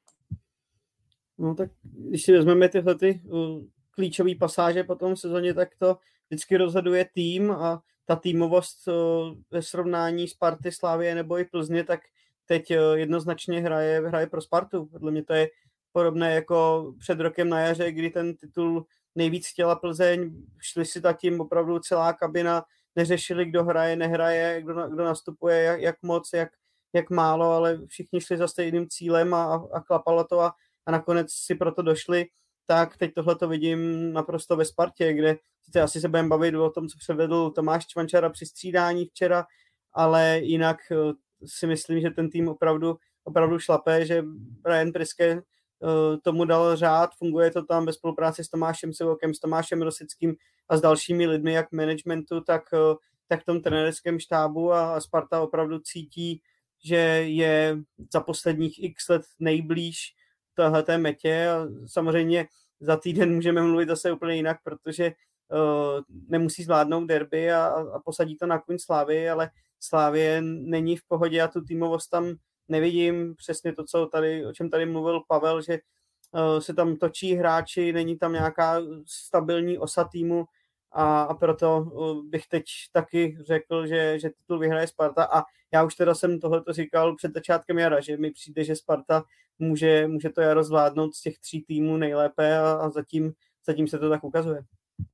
No tak když si vezmeme tyhle klíčové pasáže po tom sezóně, tak to vždycky rozhoduje tým a ta týmovost ve srovnání Sparty, Slavie nebo i Plzně, tak teď jednoznačně hraje pro Spartu. Podle mě to je podobné jako před rokem na jaře, kdy ten titul nejvíc chtěla Plzeň, šli si tím opravdu celá kabina, neřešili, kdo hraje, nehraje, kdo nastupuje, jak moc, jak málo, ale všichni šli za stejným cílem a klapalo to a nakonec si proto došli. Tak teď tohle to vidím naprosto ve Spartě, kde asi se budeme bavit o tom, co předvedl Tomáš Čvančara při střídání včera, ale jinak si myslím, že ten tým opravdu šlape, že Brian Priske tomu dal řád, funguje to tam ve spolupráci s Tomášem Sivokem, s Tomášem Rosickým a s dalšími lidmi, jak managementu, tak v tom trenérském štábu, a Sparta opravdu cítí, že je za posledních x let nejblíž tohleté metě, a samozřejmě za týden můžeme mluvit zase úplně jinak, protože nemusí zvládnout derby a posadí to na kůň Slávy, ale Slávie není v pohodě a tu týmovost tam nevidím. Přesně to, o čem tady mluvil Pavel, že se tam točí hráči, není tam nějaká stabilní osa týmu a proto bych teď taky řekl, že titul vyhraje Sparta, a já už teda jsem tohleto říkal před začátkem jara, že mi přijde, že Sparta může to jaro zvládnout z těch 3 týmů nejlépe a zatím se to tak ukazuje.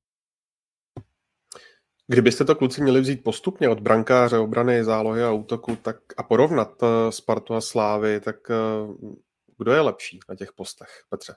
Kdybyste to, kluci, měli vzít postupně od brankáře, obrany, zálohy a útoku tak a porovnat Spartu a Slávy, tak kdo je lepší na těch postech, Petře?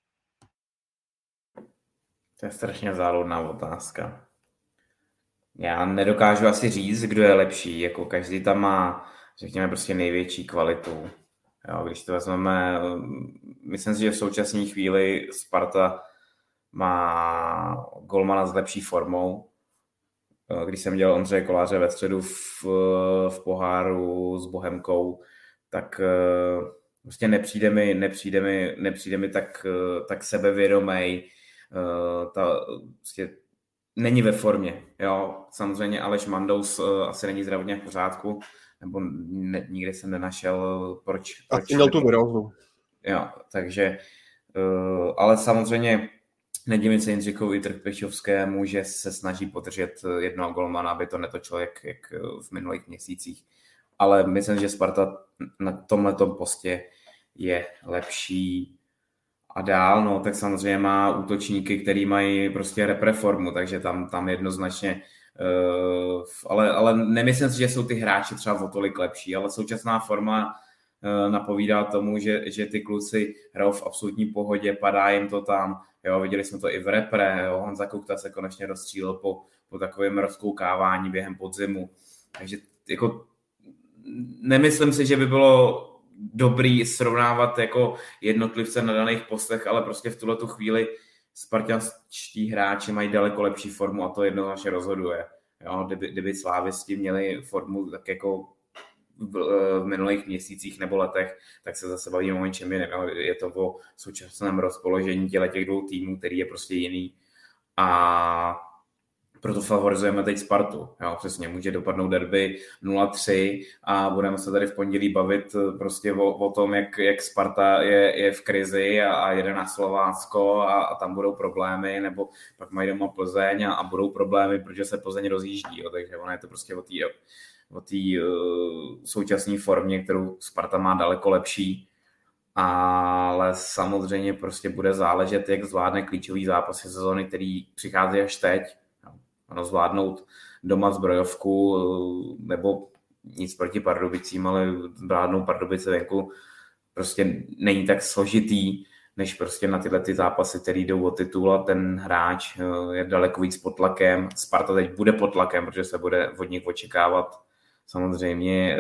To je strašně záludná otázka. Já nedokážu asi říct, kdo je lepší. Jako každý tam má, řekněme, prostě největší kvalitu. Jo, když to vezmeme, myslím si, že v současné chvíli Sparta má golmana s lepší formou. Když jsem dělal Ondřeje Koláře ve středu v poháru s Bohemkou, tak prostě nepřijde mi tak sebevědomej. Prostě není ve formě. Jo. Samozřejmě Aleš Mandous asi není zdravotně v pořádku, nebo nikdy jsem nenašel, proč asi měl tu virózu. Jo, takže ale samozřejmě nedivím se Jindřichovi Trpěšovskému, že se snaží podržet jednoho golmana, aby to netočilo jak v minulých měsících. Ale myslím, že Sparta na tomhletom postě je lepší. A dál, no, tak samozřejmě má útočníky, který mají prostě repreformu, takže tam jednoznačně, ale nemyslím si, že jsou ty hráči třeba o tolik lepší, ale současná forma napovídá tomu, že ty kluci hrajou v absolutní pohodě, padá jim to tam, jo, viděli jsme to i v repre, jo, Honza Kukta se konečně rozstřílel po takovém rozkoukávání během podzimu, takže jako nemyslím si, že by bylo dobrý srovnávat jako jednotlivce na daných postech, ale prostě v tuhletu chvíli spartanští hráči mají daleko lepší formu a to jednoznačně rozhoduje. Jo, kdyby slávisti měli formu tak jako v minulých měsících nebo letech, tak se zase bavíme o něčem jiném. Je to o současném rozpoložení těch dvou týmů, který je prostě jiný a proto favorizujeme teď Spartu. Jo, přesně, může dopadnout derby 0-3 a budeme se tady v pondělí bavit prostě o tom, jak Sparta je v krizi a jede na Slovácko a tam budou problémy, nebo pak mají doma Plzeň a budou problémy, protože se Plzeň rozjíždí. Jo, takže ono je to prostě o té současné formě, kterou Sparta má daleko lepší. Ale samozřejmě prostě bude záležet, jak zvládne klíčový zápasy sezóny, který přichází až teď. Ano, zvládnout doma zbrojovku, nebo nic proti Pardubicím, ale zvládnout Pardubice venku prostě není tak složitý, než prostě na tyhle ty zápasy, které jdou o titul a ten hráč je daleko víc pod tlakem. Sparta teď bude pod tlakem, protože se bude od nich očekávat samozřejmě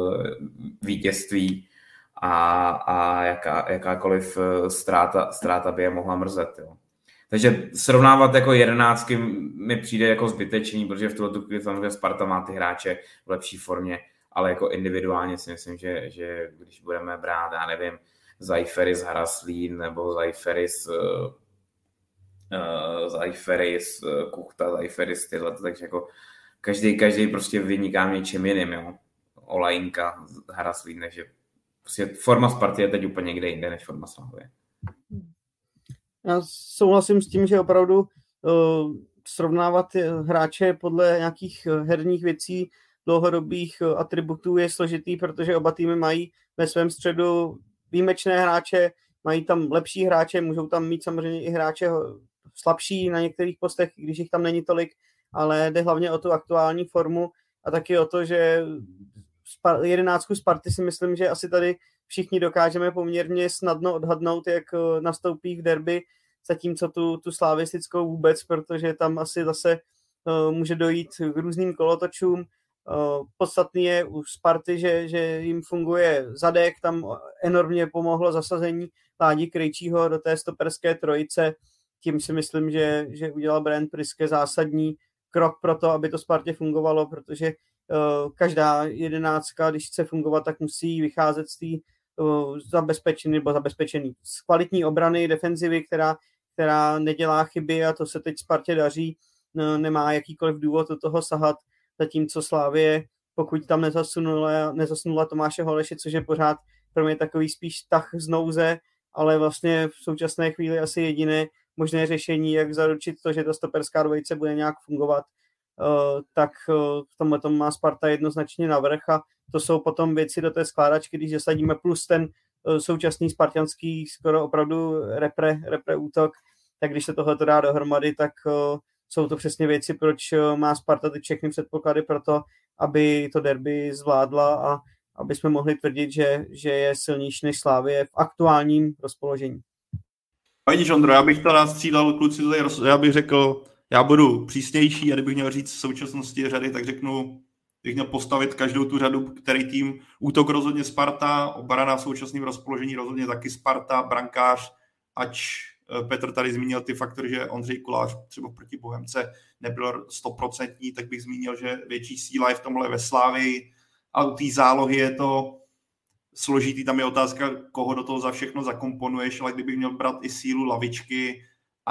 vítězství a jakákoliv ztráta by je mohla mrzet. Jo. Takže srovnávat jako 11 mi přijde jako zbytečný, protože v tuhle chvíli samozřejmě Sparta má ty hráče v lepší formě, ale jako individuálně si myslím, že když budeme brát, já nevím, Zajferis Haraslín nebo Zajferis Kuchta, Zajferis tyhle, takže jako každý prostě vyniká něčím jiným, jo. Olajinka, Haraslín, takže prostě forma Sparty je teď úplně někde jinde než forma Slavie. Já souhlasím s tím, že opravdu srovnávat hráče podle nějakých herních věcí, dlouhodobých atributů je složitý, protože oba týmy mají ve svém středu výjimečné hráče, mají tam lepší hráče, můžou tam mít samozřejmě i hráče slabší na některých postech, když jich tam není tolik, ale jde hlavně o tu aktuální formu a taky o to, že 11 Sparty si myslím, že asi tady všichni dokážeme poměrně snadno odhadnout, jak nastoupí v derby, zatímco tu slavistickou vůbec, protože tam asi zase může dojít k různým kolotočům. Podstatný je u Sparty, že jim funguje zadek, tam enormně pomohlo zasazení Ládi Krejčího do té stoperské trojice. Tím si myslím, že udělal Brian Priske zásadní krok pro to, aby to Spartě fungovalo, protože každá 11, když chce fungovat, tak musí vycházet z té zabezpečený z kvalitní obrany, defenzivy, která nedělá chyby a to se teď Spartě daří, nemá jakýkoliv důvod do toho sahat, zatímco Slavie, pokud tam nezasunula Tomáše Holeše, což je pořád pro mě takový spíš tah z nouze, ale vlastně v současné chvíli asi jediné možné řešení, jak zaručit to, že ta stoperská dvojice bude nějak fungovat, tak v tomhle tom má Sparta jednoznačně navrch a to jsou potom věci do té skládačky, když zasadíme plus ten současný spartanský skoro opravdu repre útok, tak když se tohleto dá dohromady, tak jsou to přesně věci, proč má Sparta ty všechny předpoklady pro to, aby to derby zvládla a aby jsme mohli tvrdit, že je silnější než Slavie v aktuálním rozpoložení. A vidíš, Ondro, já bych to nastřídal, kluci, já bych řekl, já budu přísnější a kdybych měl říct v současnosti řady, tak řeknu, bych měl postavit každou tu řadu, který tým, útok rozhodně Sparta, obrana v současném rozpoložení rozhodně taky Sparta, brankář, ač Petr tady zmínil ty faktory, že Ondřej Kolář třeba proti Bohemce nebyl 100%, tak bych zmínil, že větší síla je v tomhle ve Slávii, a u té zálohy je to složitý, tam je otázka, koho do toho za všechno zakomponuješ, ale kdybych měl brát i sílu lavičky,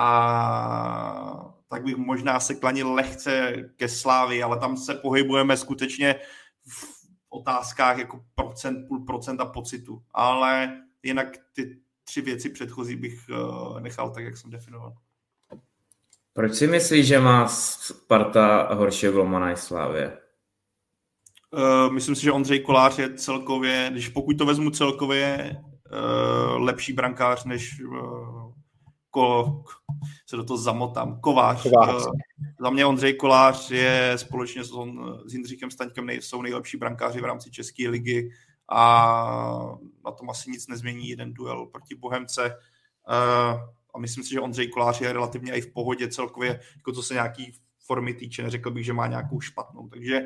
a tak bych možná se klanil lehce ke Slávii, ale tam se pohybujeme skutečně v otázkách jako půl procenta pocitu. Ale jinak ty 3 věci předchozí bych nechal tak, jak jsem definoval. Proč si myslíš, že má Sparta horšího golmana než Slavie? Myslím si, že Ondřej Kolář je celkově, pokud to vezmu celkově, lepší brankář než se do toho zamotám. Kovář. Za mě Ondřej Kolář je společně s Jindřichem Staňkem jsou nejlepší brankáři v rámci České ligy a na tom asi nic nezmění jeden duel proti Bohemce. A myslím si, že Ondřej Kolář je relativně i v pohodě celkově, jako co se nějaký formy týče, neřekl bych, že má nějakou špatnou. Takže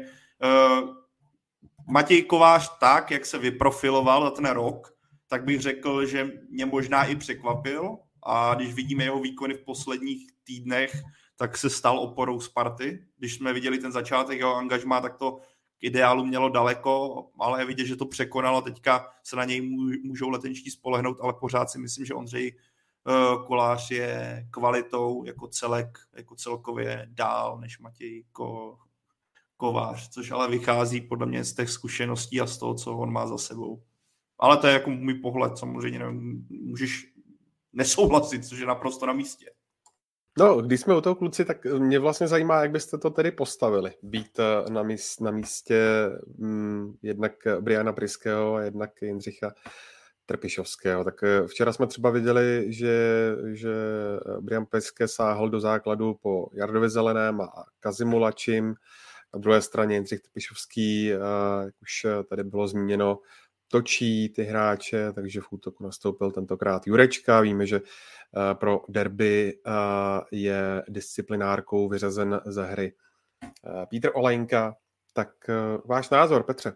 Matěj Kovář tak, jak se vyprofiloval za ten rok, tak bych řekl, že mě možná i překvapil a když vidíme jeho výkony v posledních týdnech, tak se stal oporou Sparty. Když jsme viděli ten začátek jeho angažmá, tak to k ideálu mělo daleko, ale je vidět, že to překonalo. Teďka se na něj můžou letenští spolehnout, ale pořád si myslím, že Ondřej Kolář je kvalitou jako celek, jako celkově dál než Matěj Kovář, což ale vychází podle mě z těch zkušeností a z toho, co on má za sebou. Ale to je jako můj pohled, samozřejmě nevím, můžeš nesouhlasit, což je naprosto na místě. No, když jsme u toho kluci, tak mě vlastně zajímá, jak byste to tedy postavili. Být na místě jednak Briana Pryského a jednak Jindřicha Trpišovského. Tak včera jsme třeba viděli, že Brian Pryske sáhl do základu po Jardovi Zeleném a Kazimu Lačim. Na druhé straně Jindřich Trpišovský, jak už tady bylo zmíněno, točí ty hráče, takže v útoku nastoupil tentokrát Jurečka. Víme, že pro derby je disciplinárkou vyřazen ze hry Petr Olejnka. Tak váš názor, Petře?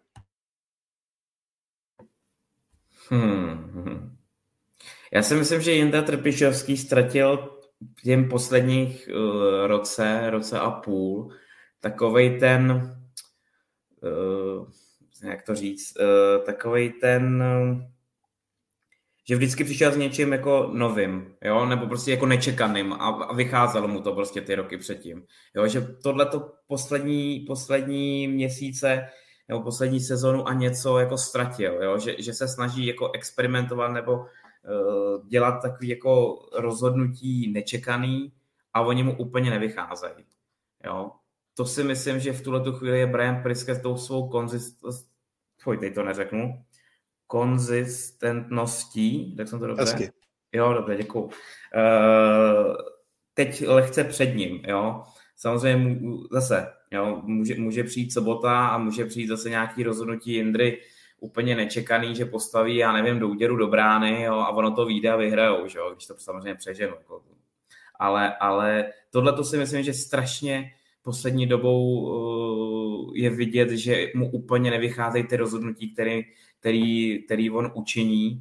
Já si myslím, že Jindra Trpišovský ztratil v těm posledních roce a půl takovej ten jak to říct, takovej ten, že vždycky přišel s něčím jako novým, jo, nebo prostě jako nečekaným a vycházelo mu to prostě ty roky předtím, jo, že tohleto poslední měsíce nebo poslední sezonu a něco jako ztratil, jo, že se snaží jako experimentovat nebo dělat takový jako rozhodnutí nečekaný a oni mu úplně nevycházejí, jo. To si myslím, že v tuhletu chvíli je Brian Pryske s tou svou konzistentností, tak jsem to dobře? Hezky. Jo, dobře, děkuju. Teď lehce před ním, jo. Samozřejmě zase, jo, může přijít sobota a může přijít zase nějaký rozhodnutí Jindry úplně nečekaný, že postaví, já nevím, do úděru do brány, jo, a ono to vyjde a vyhrajou, jo, když to samozřejmě přeženu. Jako. Ale tohleto si myslím, že strašně poslední dobou je vidět, že mu úplně nevycházejí ty rozhodnutí, který on učiní.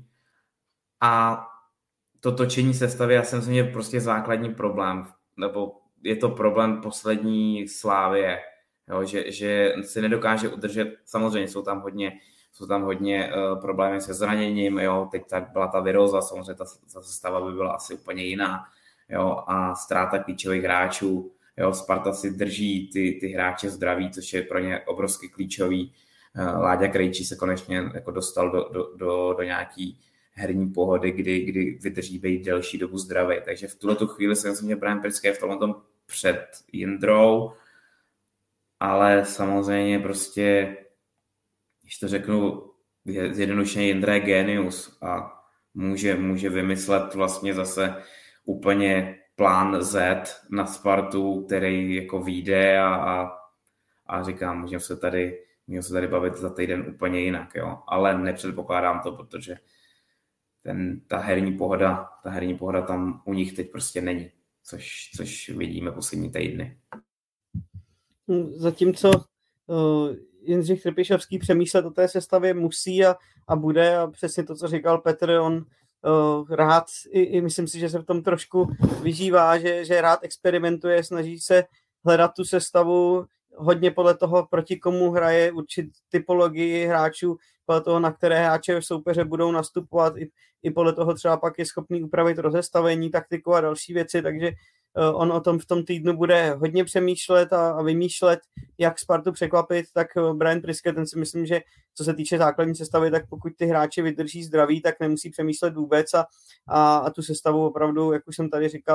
A to točení sestavy, já si myslím, že je prostě základní problém. Nebo je to problém poslední Slávie, jo, že si nedokáže udržet. Samozřejmě jsou tam hodně problémy se zraněním. Jo, teď byla ta viróza, samozřejmě ta sestava by byla asi úplně jiná. Jo, a ztráta klíčových hráčů. Jo, Sparta si drží ty hráče zdraví, což je pro ně obrovsky klíčový. Láďa Krejčí se konečně jako dostal do nějaký herní pohody, kdy vydrží být delší dobu zdravý. Takže v tuhletu chvíli si myslím, že Brian Pryske je v tomhle před Jindrou, ale samozřejmě prostě, když to řeknu zjednodušeně, Jindra je génius a může vymyslet vlastně zase úplně plán Z na Spartu, který jako vyjde a říkám, můžeme se tady bavit za týden úplně jinak, jo. Ale nepředpokládám to, protože ta herní pohoda tam u nich teď prostě není, což vidíme poslední týdny. Zatímco Jindřich Trpišovský přemýšlet o té sestavě musí a bude, a přesně to, co říkal Petr, on rád, i myslím si, že se v tom trošku vyžívá, že rád experimentuje, snaží se hledat tu sestavu hodně podle toho, proti komu hraje, určit typologii hráčů, podle toho, na které hráče soupeře budou nastupovat, i podle toho třeba pak je schopný upravit rozestavení, taktiku a další věci, takže on o tom v tom týdnu bude hodně přemýšlet a vymýšlet, jak Spartu překvapit, tak Brian Pryske, ten si myslím, že co se týče základní sestavy, tak pokud ty hráči vydrží zdraví, tak nemusí přemýšlet vůbec a tu sestavu opravdu, jak už jsem tady říkal,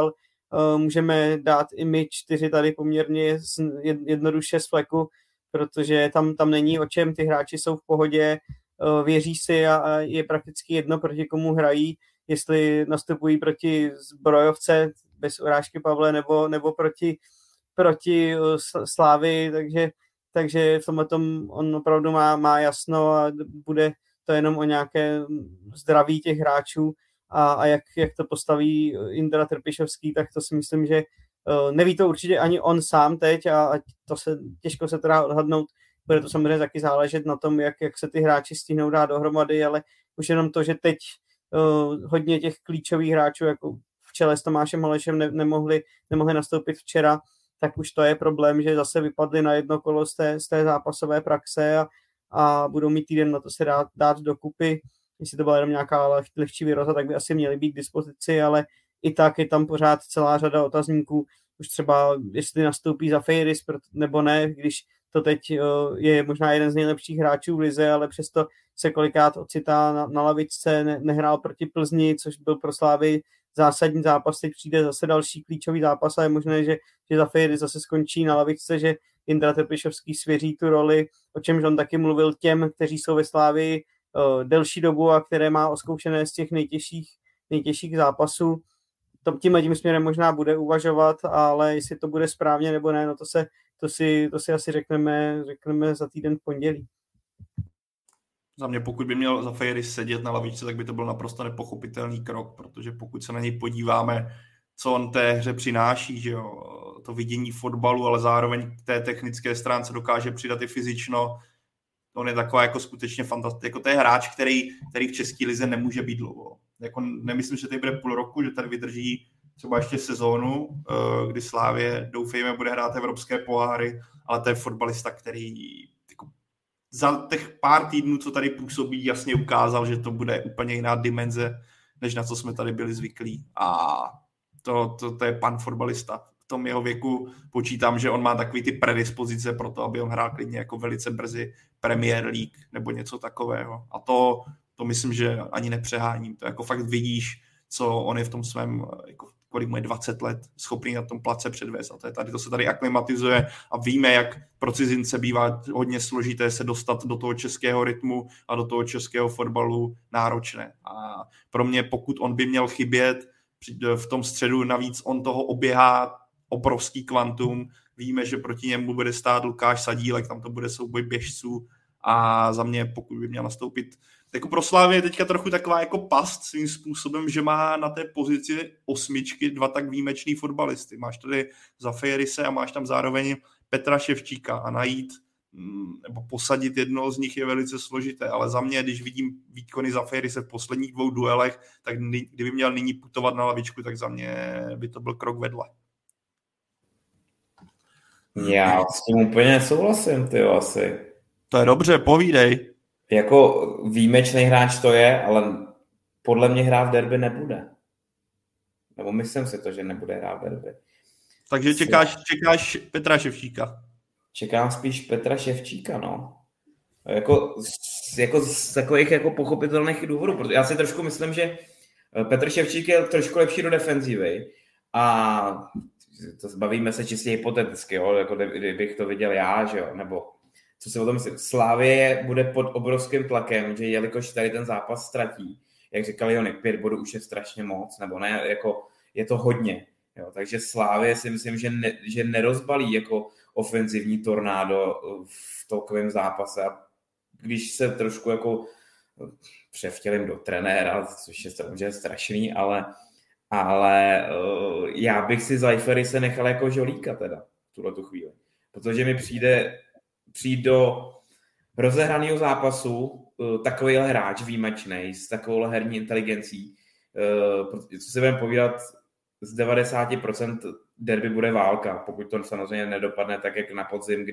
můžeme dát i my 4 tady poměrně jednoduše z fleku, protože tam není o čem, ty hráči jsou v pohodě, věří si a je prakticky jedno, proti komu hrají, jestli nastupují proti zbrojovce bez urážky Pavle nebo proti Slávii, takže v tomhle tom on opravdu má jasno a bude to jenom o nějaké zdraví těch hráčů a jak to postaví Indra Trpišovský, tak to si myslím, že neví to určitě ani on sám teď a těžko se to dá odhadnout. Bude to samozřejmě taky záležet na tom, jak se ty hráči stihnou dát dohromady, ale už jenom to, že teď hodně těch klíčových hráčů, jako v čele s Tomášem Holešem nemohli nastoupit včera, tak už to je problém, že zase vypadli na jedno kolo z té zápasové praxe a budou mít týden na to se dát dokupy. Jestli to byla jenom nějaká lehčí viróza, tak by asi měly být k dispozici, ale i tak je tam pořád celá řada otazníků. Už třeba, jestli nastoupí Zafeiris nebo ne, když to teď je možná jeden z nejlepších hráčů v lize, ale přesto se kolikrát ocitá na lavičce, nehrál proti Plzni, což byl pro Slávy zásadní zápas, teď přijde zase další klíčový zápas a je možné, že Zafeiris zase skončí na lavičce, že Indra Trpišovský svěří tu roli, o čemž on taky mluvil těm, kteří jsou ve Slávii delší dobu a které má oskoušené z těch nejtěžších zápasů. Tím směrem možná bude uvažovat, ale jestli to bude správně nebo ne, no to si asi řekneme za týden v pondělí. Za mě, pokud by měl Zafeiris sedět na lavičce, tak by to byl naprosto nepochopitelný krok, protože pokud se na něj podíváme, co on té hře přináší, že jo, to vidění fotbalu, ale zároveň k té technické stránce dokáže přidat i fyzično, on je taková jako skutečně fantastický, jako to je hráč, který v české lize nemůže být dlouho. Jako nemyslím, že tady bude půl roku, že tady vydrží třeba ještě sezónu, kdy Slávě, doufejme, bude hrát evropské poháry, ale to je fotbalista, který jako za těch pár týdnů, co tady působí, jasně ukázal, že to bude úplně jiná dimenze, než na co jsme tady byli zvyklí. A to je pan fotbalista. V tom jeho věku počítám, že on má takový ty predispozice pro to, aby on hrál klidně jako velice brzy Premier League nebo něco takového. A to myslím, že ani nepřeháním. To jako fakt vidíš, co on je v tom svém, jako kolik mu je 20 let, schopný na tom place předvést. A to se tady aklimatizuje a víme, jak pro cizince bývá hodně složité se dostat do toho českého rytmu a do toho českého fotbalu náročné. A pro mě, pokud on by měl chybět v tom středu, navíc on toho oběhá obrovský kvantum. Víme, že proti němu bude stát Lukáš Sadílek, tam to bude souboj běžců a za mě, pokud by měl nastoupit, jako pro Slávy je teďka trochu taková jako past svým způsobem, že má na té pozici 8 2 tak výjimečný fotbalisty. Máš tady Zafeirise a máš tam zároveň Petra Ševčíka a najít nebo posadit jednoho z nich je velice složité, ale za mě, když vidím výkony Zafeirise v posledních 2 duelech, tak kdyby měl nyní putovat na lavičku, tak za mě by to byl krok vedle. Já s tím úplně souhlasím, tyjo, asi. To je dobře, povídej. Jako výjimečný hráč to je, ale podle mě hrát v derby nebude. Nebo myslím si to, že nebude hrát v derby. Takže čekáš Petra Ševčíka. Čekám spíš Petra Ševčíka, no. Jako z takových jako pochopitelných důvodů, protože já si trošku myslím, že Petr Ševčík je trošku lepší do defenzívy a to bavíme se čistě hypoteticky, jo, jako kdybych to viděl já, že jo, nebo co si o tom myslím. Slávie bude pod obrovským tlakem, že jelikož tady ten zápas ztratí, jak říkal Jony, 5 bodů už je strašně moc, nebo ne, jako je to hodně. Jo, takže Slávie si myslím, že nerozbalí jako ofenzivní tornádo v takovém zápase. A když se trošku jako převtělím do trenéra, což je samozřejmě strašný, ale já bych si Zafeirise nechal jako žolíka teda v tuhletu chvíli. Protože mi přijde do rozehraného zápasu takovýhle hráč výjimečný, s takovou herní inteligencí, co si budeme povídat, z 90% derby bude válka, pokud to samozřejmě nedopadne tak, jak na podzim,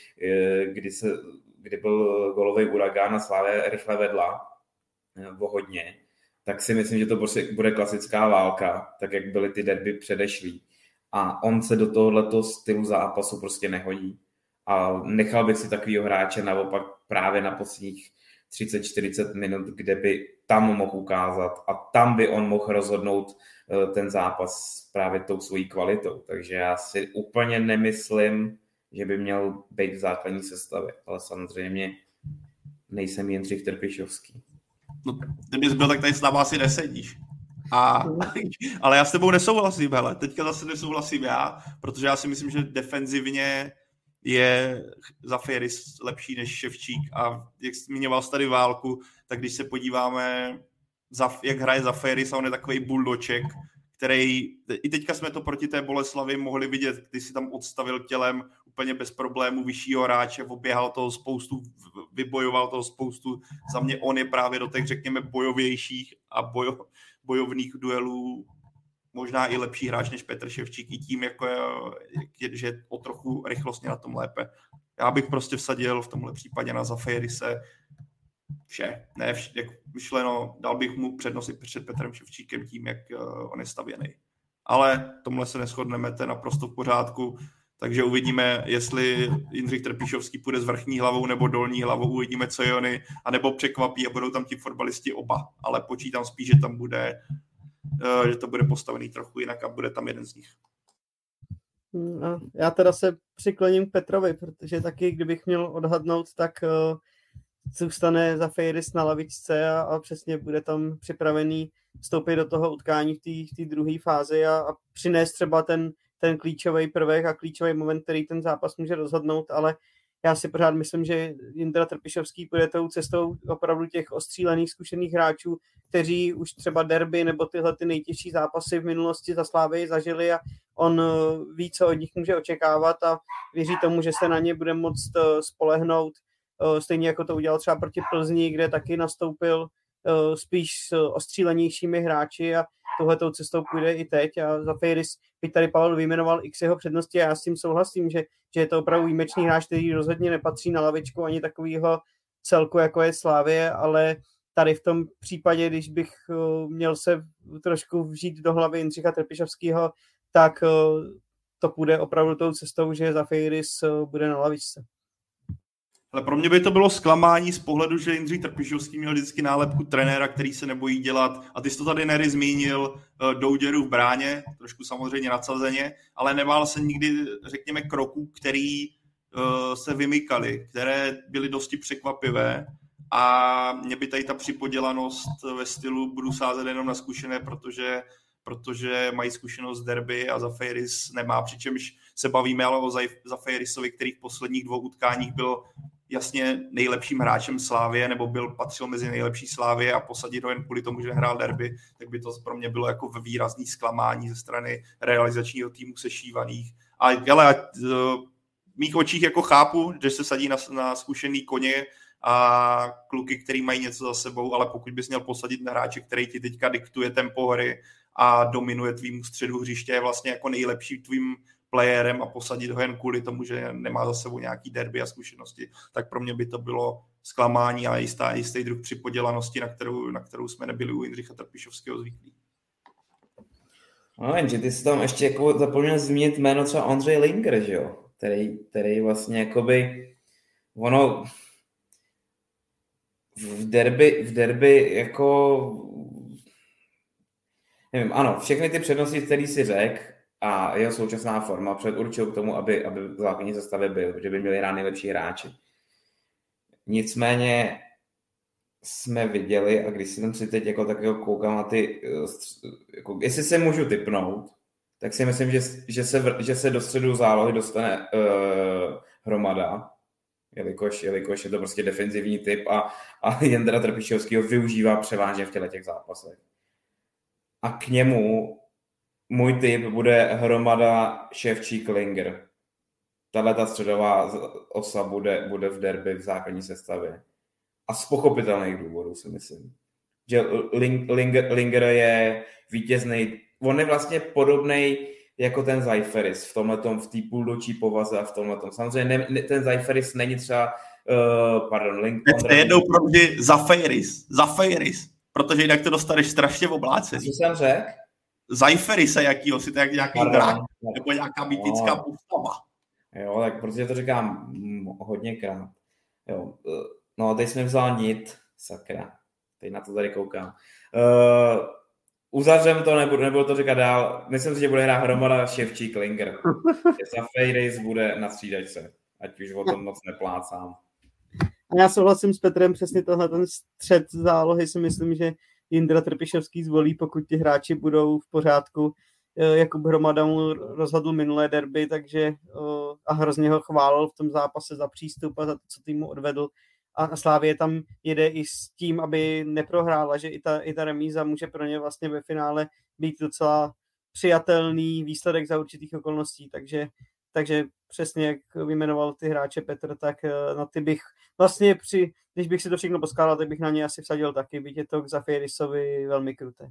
kdy byl golový uragán a Slavia rychle vedla o hodně, tak si myslím, že to prostě bude klasická válka, tak jak byly ty derby předešlý. A on se do tohoto stylu zápasu prostě nehodí. A nechal bych si takovýho hráče naopak právě na posledních 30-40 minut, kde by tam mohl ukázat a tam by on mohl rozhodnout ten zápas právě tou svojí kvalitou. Takže já si úplně nemyslím, že by měl být v základní sestavě, ale samozřejmě nejsem Jindřich Trpišovský. No, kdybys byl, tak tady s náma asi nesedíš. Ale já s tebou nesouhlasím, hele. Teďka zase nesouhlasím já, protože já si myslím, že defenzivně je Zafiris lepší než Ševčík a jak zmiňoval jsi tady Válku, tak když se podíváme, jak hraje Zafiris, a on je takovej buldoček, který, i teďka jsme to proti té Boleslavi mohli vidět, když si tam odstavil tělem úplně bez problémů vyššího hráče, oběhal toho spoustu, vybojoval toho spoustu. Za mě on je právě do těch, řekněme, bojovějších a bojovných duelů možná i lepší hráč než Petr Ševčík i tím, jako že je o trochu rychlostně na tom lépe. Já bych prostě vsadil v tomhle případě na Zafirise vše. Ne, jak myšleno, dal bych mu přednost i před Petrem Ševčíkem tím, jak on je stavěný. Ale tomhle se neshodneme, to je naprosto v pořádku. Takže uvidíme, jestli Jindřich Trpišovský půjde s vrchní hlavou nebo dolní hlavou, uvidíme, co je oni, anebo překvapí a budou tam ti fotbalisti oba. Ale počítám spíš, že to bude postavený trochu jinak a bude tam jeden z nich. Já teda se přikloním k Petrovi, protože taky, kdybych měl odhadnout, tak zůstane Zafiris na lavičce a přesně bude tam připravený vstoupit do toho utkání v té druhé fázi a přinést třeba ten klíčový prvek a klíčový moment, který ten zápas může rozhodnout, ale já si pořád myslím, že Jindra Trpišovský půjde tou cestou opravdu těch ostřílených, zkušených hráčů, kteří už třeba derby nebo tyhle ty nejtěžší zápasy v minulosti za Slávii zažili a on ví, co od nich může očekávat a věří tomu, že se na ně bude moct spolehnout, stejně jako to udělal třeba proti Plzni, kde taky nastoupil spíš s ostřílenějšími hráči a touhletou cestou půjde i teď a Zafiris, byť tady Pavel vyjmenoval x jeho přednosti a já s tím souhlasím, že je to opravdu výjimečný hráč, který rozhodně nepatří na lavičku ani takového celku, jako je Slavie, ale tady v tom případě, když bych měl se trošku vžít do hlavy Jindřicha Trpišovského, tak to půjde opravdu tou cestou, že Zafiris bude na lavičce. Ale pro mě by to bylo zklamání z pohledu, že Jindřich Trpišovský měl vždycky nálepku trenéra, který se nebojí dělat. A ty jsi to tady, Nery, zmínil, douděru v bráně, trošku samozřejmě nadsazeně, ale nemál se nikdy, řekněme, kroků, který se vymykaly, které byly dosti překvapivé. A mě by tady ta připodělanost ve stylu budu sázet jenom na zkušené, protože mají zkušenost z derby a Zafiris nemá, přičemž se bavíme ale o Zafirisovi, který v posledních 2 utkáních byl jasně nejlepším hráčem Slávie, nebo patřil mezi nejlepší Slávie a posadit ho jen kvůli tomu, že hrál derby, tak by to pro mě bylo jako výrazný zklamání ze strany realizačního týmu sešívaných. Ale v mých očích jako chápu, že se sadí na zkušený koně a kluky, který mají něco za sebou, ale pokud bys měl posadit na hráče, který ti teďka diktuje tempo hry a dominuje tvýmu středu hřiště, je vlastně jako nejlepší tvým playerem a posadit ho jen kvůli tomu, že nemá za sebou nějaký derby a zkušenosti, tak pro mě by to bylo zklamání a jistý druh připodělanosti, na kterou jsme nebyli u Jindřicha Trpišovského zvyklí. No jenže ty jsi tam ještě jako zapomněl zmínit jméno třeba Ondřej Linger, že jo? Který vlastně jakoby ono v derby jako nevím, ano, všechny ty přednosti, které si řekl a jeho současná forma předurčil k tomu, aby v základní sestavě byl, že by měli hrát nejlepší hráči. Nicméně jsme viděli, a když si tam si teď jako tak jako koukám na ty, jako, jestli se můžu tipnout, tak si myslím, že se do středu zálohy dostane Hromada, jelikož je to prostě defenzivní typ a Jindra Trpišovskýho využívá převážně v těch zápasech. A k němu můj tip bude Hromada, Ševčík, Linger. Tato středová osa bude v derby v základní sestavě. A z pochopitelných důvodů si myslím. Že Linger je vítězný. On je vlastně podobnej jako ten Zafiris v té půldočí povaze a v tomhletom. Samozřejmě ten Zafiris není třeba To je jednou pro mě Zafiris, protože jinak to dostaneš strašně v oblácení. Co jsem řekl? Zafirise jakýho, si to jak nějaký drak, nebo nějaká mytická postava. Jo, tak protože to říkám hodněkrát. Jo. No a teď jsme vzal nit, sakra. Teď na to tady koukám. Uzavřem to, nebudu to říkat dál. Myslím si, že bude hrát Hromada, Ševčík, Klinger. Za Fejrejs bude na střídačce. Ať už o tom moc neplácám. A já souhlasím s Petrem, přesně tohle ten střed zálohy si myslím, že Jindra Trpišovský zvolí, pokud ti hráči budou v pořádku. Jakub Hromada mu rozhodl minulé derby, takže a hrozně ho chválil v tom zápase za přístup a za to, co týmu odvedl. A Slavie tam jede i s tím, aby neprohrála, že i ta remíza může pro ně vlastně ve finále být docela přijatelný výsledek za určitých okolností, takže přesně jak vyjmenoval ty hráče Petr, tak na ty bych vlastně když bych si to všechno poskládal, tak bych na ně asi vsadil taky, byť je to k Zafirisovi velmi kruté.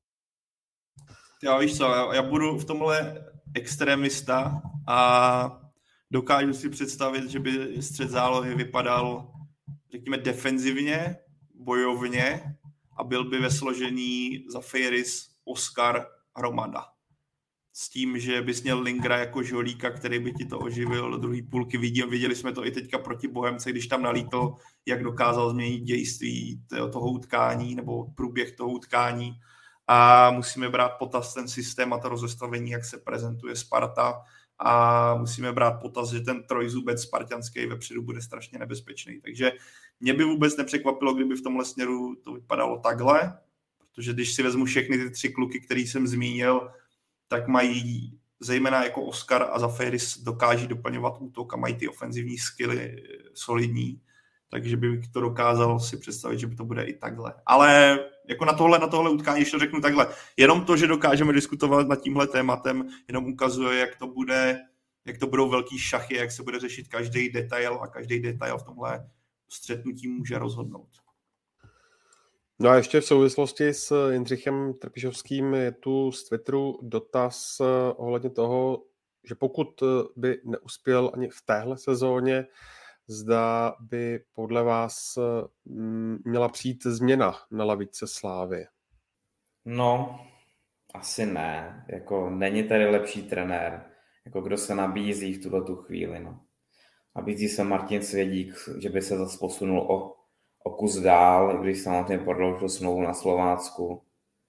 Já víš co, já budu v tomhle extremista a dokážu si představit, že by střed zálohy vypadal, řekněme, defenzivně, bojovně a byl by ve složení Zafiris, Oskar, Hromada. S tím, že bys měl Lingera jako žolíka, který by ti to oživil do druhé půlky. Viděli jsme to i teďka proti Bohemce, když tam nalítl, jak dokázal změnit dějství toho utkání nebo průběh toho utkání. A musíme brát potaz ten systém a to rozestavení, jak se prezentuje Sparta. A musíme brát potaz, že ten trojzubec spartanský vepředu bude strašně nebezpečný. Takže mě by vůbec nepřekvapilo, kdyby v tomhle směru to vypadalo takhle, protože když si vezmu všechny ty 3 kluky, který jsem zmínil, tak mají zejména jako Oskar a Zafiris dokáží doplňovat útok a mají ty ofenzivní skilly solidní, takže bych to dokázal si představit, že by to bude i takhle. Ale jako na tohle utkání, když to řeknu takhle, jenom to, že dokážeme diskutovat nad tímhle tématem, jenom ukazuje, jak to budou velký šachy, jak se bude řešit každý detail a každý detail v tomhle střetnutí může rozhodnout. No a ještě v souvislosti s Jindřichem Trpišovským je tu z Twitteru dotaz ohledně toho, že pokud by neuspěl ani v téhle sezóně, zda by podle vás měla přijít změna na lavičce Slávy? No, asi ne. Jako není tady lepší trenér, jako kdo se nabízí v tuto chvíli. No. Nabízí se Martin Svědík, že by se zase posunul o kus dál, když samozřejmě prodloužil smlouvu na Slovácku.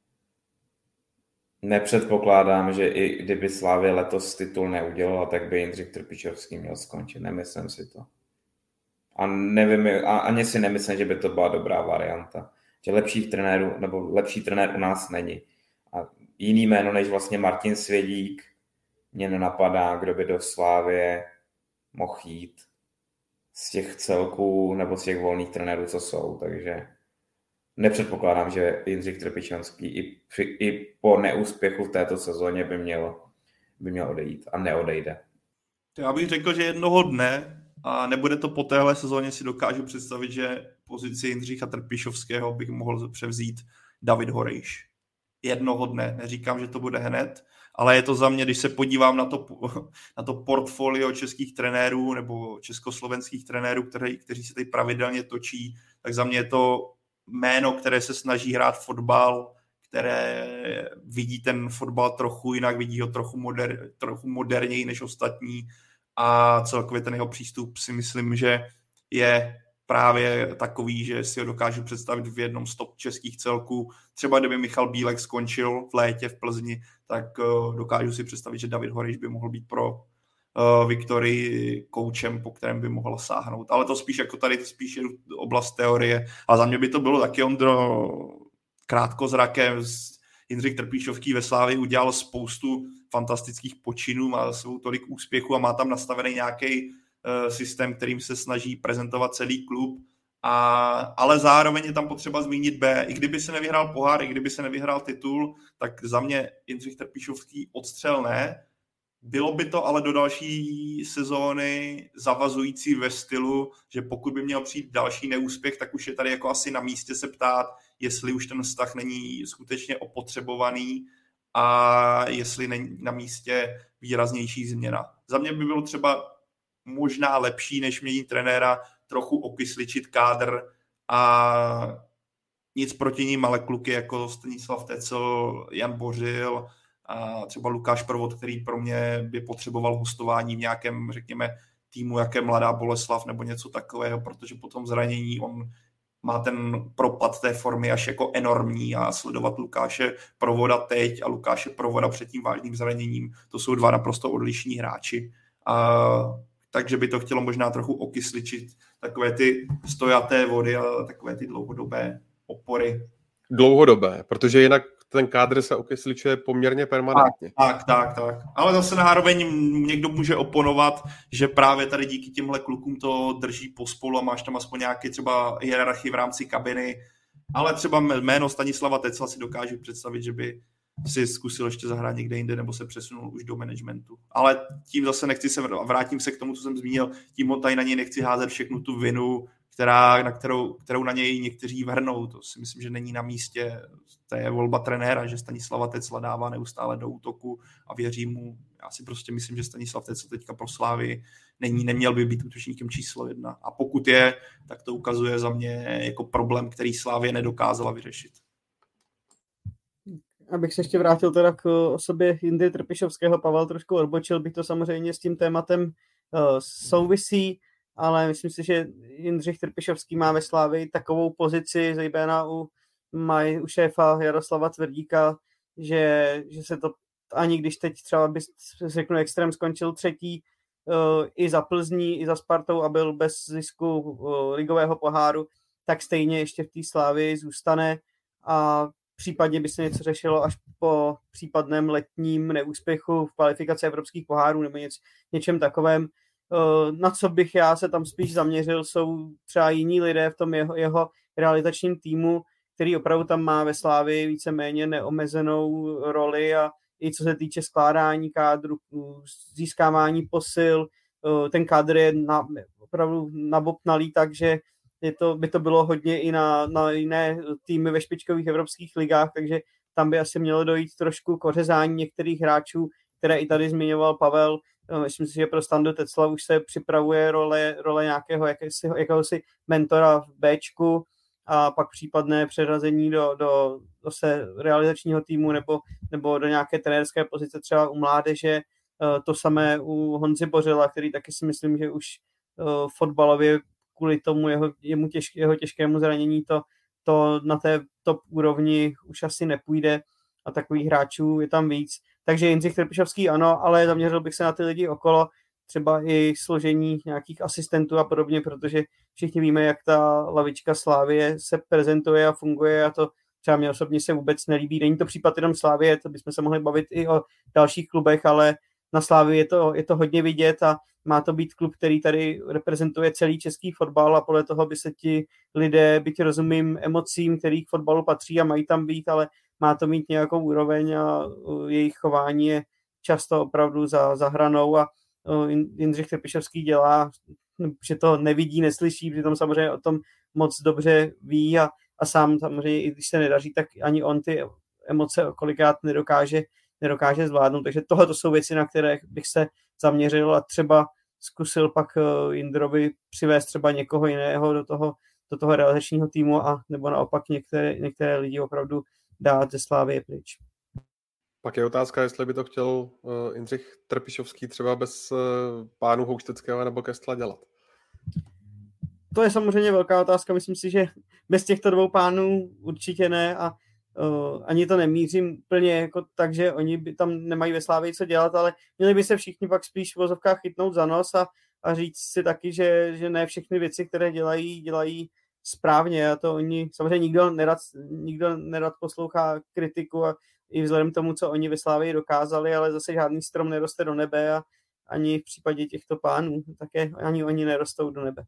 Nepředpokládám, že i kdyby Slavia letos titul neudělala, tak by Jindřich Trpišovský měl skončit. Nemyslím si to. A ani si nemyslím, že by to byla dobrá varianta. Že lepší trenér u nás není. A jiný jméno než vlastně Martin Svědík mě nenapadá, kdo by do Slávie mohl jít z těch celků nebo z těch volných trenérů, co jsou. Takže nepředpokládám, že Jindřich Trpišovský i po neúspěchu v této sezóně by měl odejít a neodejde. Já bych řekl, že jednoho dne, a nebude to po téhle sezóně, si dokážu představit, že pozici Jindřicha Trpišovského bych mohl převzít David Horejš. Jednoho dne. Neříkám, že to bude hned, ale je to za mě, když se podívám na to portfolio českých trenérů nebo československých trenérů, kteří se tady pravidelně točí, tak za mě je to jméno, které se snaží hrát fotbal, které vidí ten fotbal trochu jinak, vidí ho trochu moderněji než ostatní a celkově ten jeho přístup si myslím, že je právě takový, že si ho dokážu představit v jednom z top českých celků. Třeba kdyby Michal Bílek skončil v létě v Plzni, tak dokážu si představit, že David Horejš by mohl být pro Viktorii koučem, po kterém by mohl sáhnout. Ale to spíš jako tady spíš je oblast teorie. A za mě by to bylo taky, Ondro, krátkozrakem. Jindřich Trpišovský ve Slávii udělal spoustu fantastických počinů, má svou tolik úspěchu a má tam nastavený nějaký systém, kterým se snaží prezentovat celý klub. Ale zároveň je tam potřeba zmínit B. I kdyby se nevyhrál pohár, i kdyby se nevyhrál titul, tak za mě Jindřich Trpišovský odstřel ne. Bylo by to ale do další sezóny zavazující ve stylu, že pokud by měl přijít další neúspěch, tak už je tady jako asi na místě se ptát, jestli už ten vztah není skutečně opotřebovaný a jestli není na místě výraznější změna. Za mě by bylo třeba možná lepší, než měnit trenéra, trochu okysličit kádr a nic proti ním, ale kluky jako Stanislav Tecel, Jan Bořil a třeba Lukáš Provod, který pro mě by potřeboval hostování v nějakém, řekněme, týmu, jako je Mladá Boleslav nebo něco takového, protože po tom zranění on má ten propad té formy až jako enormní a sledovat Lukáše Provoda teď a Lukáše Provoda před tím vážným zraněním, to jsou dva naprosto odlišní hráči. Takže by to chtělo možná trochu okysličit takové ty stojaté vody a takové ty dlouhodobé opory. Dlouhodobé, protože jinak ten kádr se okysličuje poměrně permanentně. Tak. Ale zase nároveň někdo může oponovat, že právě tady díky těmhle klukům to drží pospolu a máš tam aspoň nějaký třeba hierarchii v rámci kabiny. Ale třeba jméno Stanislava Tecla si dokážu představit, že by si zkusil ještě zahrát někde jinde nebo se přesunul už do managementu. Ale tím zase vrátím se k tomu, co jsem zmínil, tím tady na něj nechci házet všechnu tu vinu, kterou na něj někteří vrhnou. To si myslím, že není na místě. To je volba trenéra, že Stanislava Tecla dává neustále do útoku a věří mu. Já si prostě myslím, že Stanislav Tecla teďka pro Slávy neměl by být útočníkem číslo 1. A pokud je, tak to ukazuje za mě jako problém, který Slávě nedokázala vyřešit. Abych se ještě vrátil teda k osobě Jindry Trpišovského, Pavel trošku odbočil, bych to samozřejmě s tím tématem souvisí, ale myslím si, že Jindřich Trpišovský má ve Slávii takovou pozici, zejména u šéfa Jaroslava Tvrdíka, že se to ani když teď třeba by řeknu extrém skončil 3. i za Plzní, i za Spartou a byl bez zisku ligového poháru, tak stejně ještě v té Slávii zůstane a případně by se něco řešilo až po případném letním neúspěchu v kvalifikaci evropských pohárů nebo něčem takovém. Na co bych já se tam spíš zaměřil, jsou třeba jiní lidé v tom jeho realizačním týmu, který opravdu tam má ve Slávii víceméně neomezenou roli a i co se týče skládání kádru, získávání posil, ten kádr je opravdu nabobtnalý, takže by to bylo hodně i na jiné týmy ve špičkových evropských ligách, takže tam by asi mělo dojít trošku k ořezání některých hráčů, které i tady zmiňoval Pavel. Myslím si, že pro Standu Tecla už se připravuje role nějakého jakéhosi mentora v Bčku a pak případné přeřazení do realizačního týmu nebo do nějaké trenérské pozice třeba u mládeže. To samé u Honzy Bořila, který taky si myslím, že už fotbalově kvůli tomu jeho těžkému zranění to na té top úrovni už asi nepůjde a takových hráčů je tam víc. Takže Jindřich Trpišovský ano, ale zaměřil bych se na ty lidi okolo, třeba i složení nějakých asistentů a podobně, protože všichni víme, jak ta lavička Slávie se prezentuje a funguje a to třeba mě osobně se vůbec nelíbí. Není to případ jenom Slávie, to bychom se mohli bavit i o dalších klubech, ale na Slávii je to hodně vidět a má to být klub, který tady reprezentuje celý český fotbal a podle toho by se ti lidé, byť rozumím emocím, který k fotbalu patří a mají tam být, ale má to mít nějakou úroveň a jejich chování je často opravdu za hranou a Jindřich Trpišovský dělá, že to nevidí, neslyší, protože tam samozřejmě o tom moc dobře ví a sám samozřejmě, i když se nedaří, tak ani on ty emoce kolikrát nedokáže zvládnout. Takže tohle to jsou věci, na které bych se zaměřil a třeba zkusil pak Jindrovi přivést třeba někoho jiného do toho realizačního týmu a nebo naopak některé lidi opravdu dát ze Slávie pryč. Pak je otázka, jestli by to chtěl Jindřich Trpišovský třeba bez pánů Houšteckého nebo Kestla dělat. To je samozřejmě velká otázka. Myslím si, že bez těchto dvou pánů určitě ne a ani to nemířím úplně jako tak, že oni by tam nemají ve Slávii co dělat, ale měli by se všichni pak spíš v vozovkách chytnout za nos a říct si taky, že ne všechny věci, které dělají správně a to oni, samozřejmě nikdo nerad poslouchá kritiku a i vzhledem k tomu, co oni ve Slávii dokázali, ale zase žádný strom neroste do nebe a ani v případě těchto pánů také ani oni nerostou do nebe.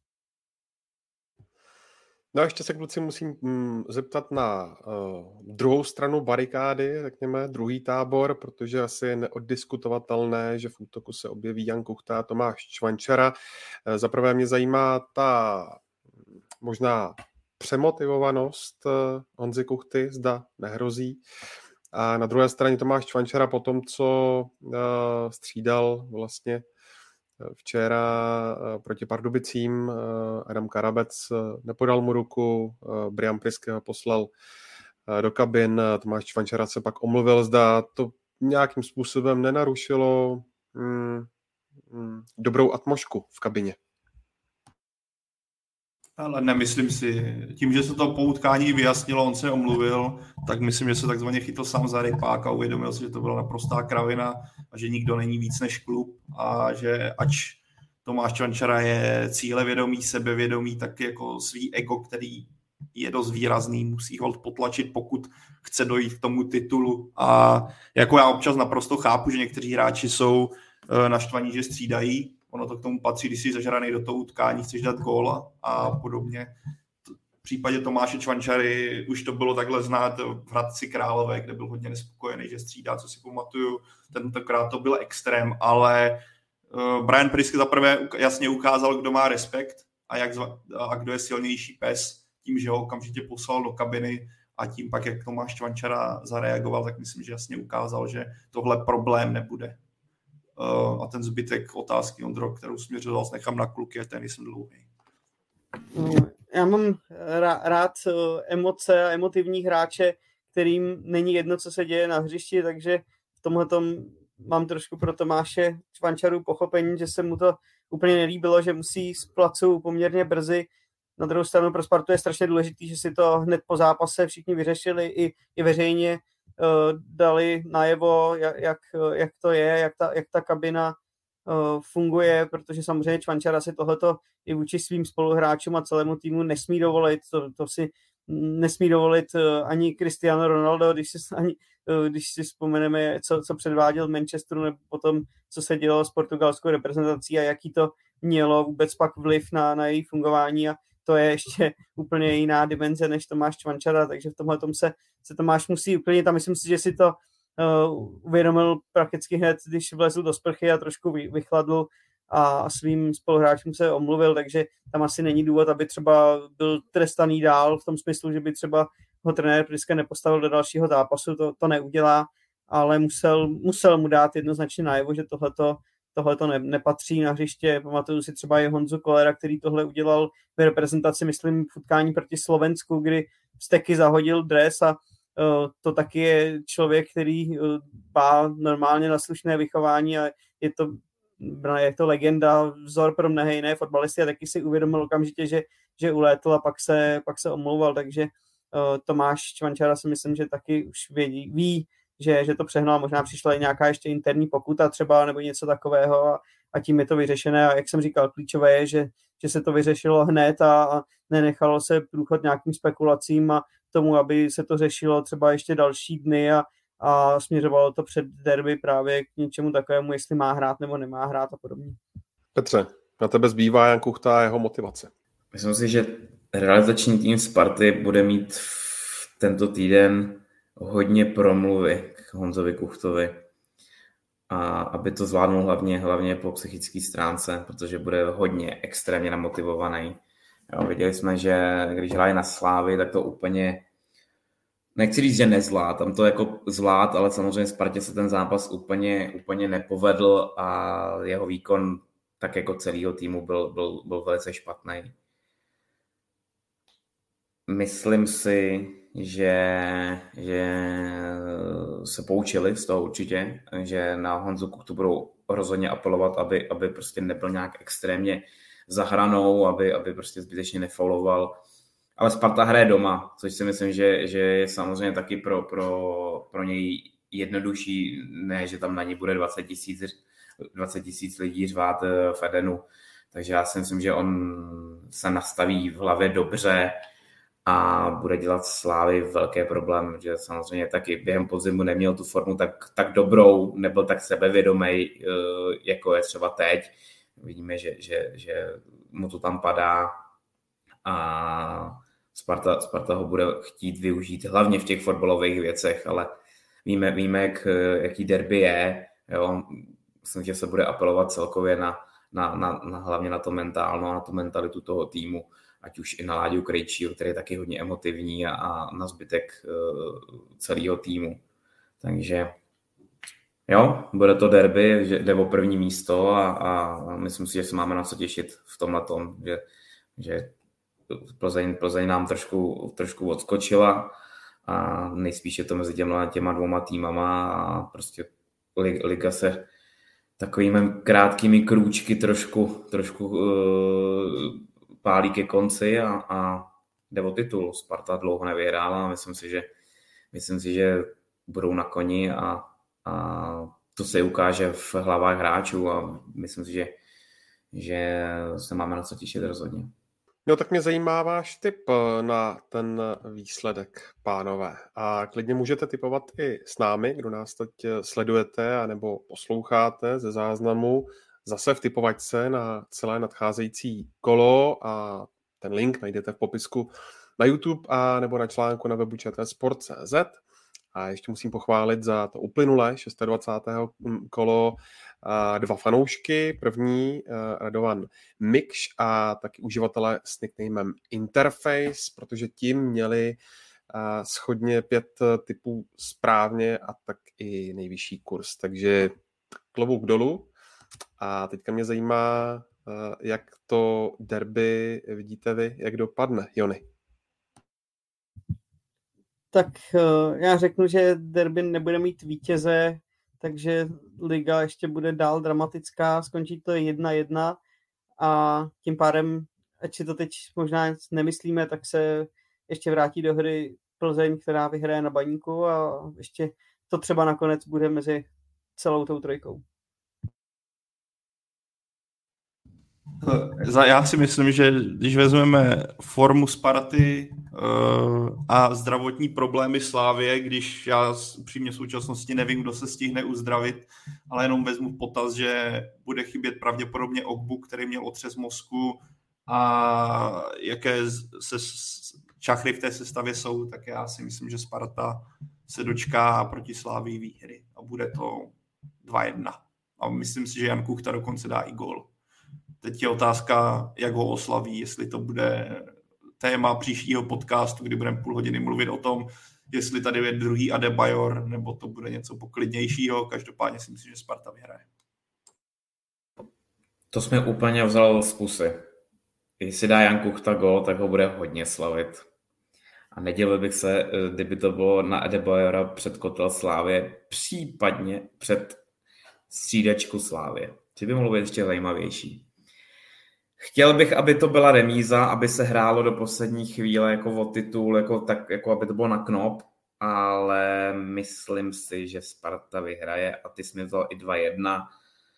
No a ještě se kluci musím zeptat na druhou stranu barikády, řekněme, druhý tábor, protože asi je neoddiskutovatelné, že v útoku se objeví Jan Kuchta a Tomáš Čvančara. Zaprvé mě zajímá ta možná přemotivovanost Honzy Kuchty, zda nehrozí. A na druhé straně Tomáš Čvančara po tom, co střídal vlastně včera proti Pardubicím, Adam Karabec nepodal mu ruku, Brian Priske ho poslal do kabin, Tomáš Čvančara se pak omluvil, zda to nějakým způsobem nenarušilo dobrou atmosféru v kabině. Ale nemyslím si. Tím, že se to po utkání vyjasnilo, on se omluvil, tak myslím, že se takzvaně chytl sám za rypák a uvědomil si, že to byla naprostá kravina a že nikdo není víc než klub a že ač Tomáš Čvančara je cílevědomý, sebevědomý, tak jako svý ego, který je dost výrazný, musí ho potlačit, pokud chce dojít k tomu titulu. A jako já občas naprosto chápu, že někteří hráči jsou naštvaní, že střídají. Ono to k tomu patří, když jsi zažranej do toho utkání, chceš dát góla a podobně. V případě Tomáše Čvančary už to bylo takhle znát v Hradci Králové, kde byl hodně nespokojený, že střídá, co si pamatuju. Tentokrát to byl extrém, ale Brian Priske zaprvé jasně ukázal, kdo má respekt a kdo je silnější pes, tím, že ho okamžitě poslal do kabiny a tím pak, jak Tomáš Čvančara zareagoval, tak myslím, že jasně ukázal, že tohle problém nebude. A ten zbytek otázky, Ondro, kterou směřoval, nechám na kluky, ten jsem dlouhý. Já mám rád emoce a emotivní hráče, kterým není jedno, co se děje na hřišti, takže v tomhletom mám trošku pro Tomáše Čvančaru pochopení, že se mu to úplně nelíbilo, že musí z placu poměrně brzy. Na druhou stranu pro Spartu je strašně důležitý, že si to hned po zápase všichni vyřešili i veřejně dali najevo, jak to je, jak ta kabina funguje, protože samozřejmě Čvančara si tohleto i vůči svým spoluhráčům a celému týmu nesmí dovolit. To si nesmí dovolit ani Cristiano Ronaldo, když si vzpomeneme, co předváděl v Manchesteru, nebo potom, co se dělo s portugalskou reprezentací a jaký to mělo vůbec pak vliv na její fungování, a to je ještě úplně jiná dimenze než Tomáš Čvančara, takže v tomhle tom se Tomáš musí uklidnit a myslím si, že si to uvědomil prakticky hned, když vlezl do sprchy a trošku vychladl a svým spoluhráčům se omluvil, takže tam asi není důvod, aby třeba byl trestaný dál v tom smyslu, že by třeba ho trenér Priske nepostavil do dalšího zápasu, to neudělá, ale musel mu dát jednoznačně najevo, že tohleto nepatří na hřiště. Pamatuju si třeba i Honzu Kolera, který tohle udělal v reprezentaci, myslím, v utkání proti Slovensku, kdy Steky zahodil dres a to taky je člověk, který dbá normálně na slušné vychování a je to legenda, vzor pro mnohé jiné fotbalisty a taky si uvědomil okamžitě, že ulétl a pak se omlouval, takže Tomáš Čvančara si myslím, že taky už ví, že to přehnal, možná přišla i nějaká ještě interní pokuta třeba nebo něco takového a tím je to vyřešené a jak jsem říkal, klíčové je, že se to vyřešilo hned a nenechalo se průchod nějakým spekulacím a tomu, aby se to řešilo třeba ještě další dny a směřovalo to před derby právě k něčemu takovému, jestli má hrát nebo nemá hrát a podobně. Petře, na tebe zbývá Jan Kuchta a jeho motivace. Myslím si, že realizační tým Sparty bude mít tento týden hodně promluvy k Honzovi Kuchtovi a aby to zvládnul hlavně po psychické stránce, protože bude hodně extrémně namotivovaný. Jo, viděli jsme, že když hraje na Slávy, tak to úplně, nechci říct, že nezvlád, tam to jako zvlád, ale samozřejmě Spartě se ten zápas úplně nepovedl a jeho výkon tak jako celého týmu byl velice špatný. Myslím si, že se poučili z toho určitě, že na Honzu Kuchtu budou rozhodně apelovat, aby prostě nebyl nějak extrémně za hranou, aby prostě zbytečně nefauloval. Ale Sparta hraje doma, což si myslím, že je samozřejmě taky pro něj jednodušší, ne, že tam na ní bude 20 tisíc lidí řvát v Edenu. Takže já si myslím, že on se nastaví v hlavě dobře a bude dělat Slávy velké problém, že samozřejmě taky během podzimu neměl tu formu tak dobrou, nebyl tak sebevědomý, jako je třeba teď. Vidíme, že mu to tam padá a Sparta ho bude chtít využít hlavně v těch fotbalových věcech, ale víme jaký derby je. Jo. Myslím, že se bude apelovat celkově hlavně na to mentálno, na tu mentalitu toho týmu, ať už i na Láďu Krejčího, který je taky hodně emotivní a na zbytek celého týmu. Takže jo, bude to derby, že jde o první místo a myslím si, že se máme na co těšit v tomhletom, že Plzeň nám trošku odskočila a nejspíš je to mezi těma dvoma týmama a prostě liga se takovými krátkými krůčky trošku pálí ke konci a jde o titul. Sparta dlouho nevyhrála a myslím si, že budou na koni a to se ukáže v hlavách hráčů a myslím si, že se máme na co těšit rozhodně. No tak mě zajímá váš tip na ten výsledek, pánové. A klidně můžete tipovat i s námi, kdo nás teď sledujete anebo posloucháte ze záznamu, zase v tipovačce na celé nadcházející kolo a ten link najdete v popisku na YouTube a nebo na článku na webu čtsport.cz. A ještě musím pochválit za to uplynulé 26. kolo dva fanoušky. První Radovan Mikš a taky uživatelé s nicknamem Interface, protože tím měli shodně 5 typů správně a tak i nejvyšší kurz. Takže klobouk dolů. A teďka mě zajímá, jak to derby vidíte vy, jak dopadne, Jony. Tak já řeknu, že derby nebude mít vítěze, takže liga ještě bude dál dramatická, skončí to 1-1 a tím pádem, ať si to teď možná nemyslíme, tak se ještě vrátí do hry Plzeň, která vyhraje na Baníku a ještě to třeba nakonec bude mezi celou tou trojkou. Já si myslím, že když vezmeme formu Sparty a zdravotní problémy Slávie, když já upřímně v současnosti nevím, kdo se stihne uzdravit, ale jenom vezmu v potaz, že bude chybět pravděpodobně Ogbu, který měl otřes mozku a jaké čachry v té sestavě jsou, tak já si myslím, že Sparta se dočká proti Slávii výhry a bude to 2-1. A myslím si, že Jan Kuchta dokonce dá i gól. Teď je otázka, jak ho oslaví, jestli to bude téma příštího podcastu, kdy budeme půl hodiny mluvit o tom, jestli tady je druhý Adebayor, nebo to bude něco poklidnějšího. Každopádně si myslím, že Sparta vyhraje. To jsme úplně vzal z pusy. Jestli dá Jan Kuchta gól, tak ho bude hodně slavit. A nedělil bych se, kdyby to bylo na Adebayora před kotel Slávie, případně před střídačku Slávie. Ty by mohlo být ještě zajímavější. Chtěl bych, aby to byla remíza, aby se hrálo do poslední chvíle jako o titul, jako aby to bylo na knop, ale myslím si, že Sparta vyhraje a ty jsi mi vzal i 2-1.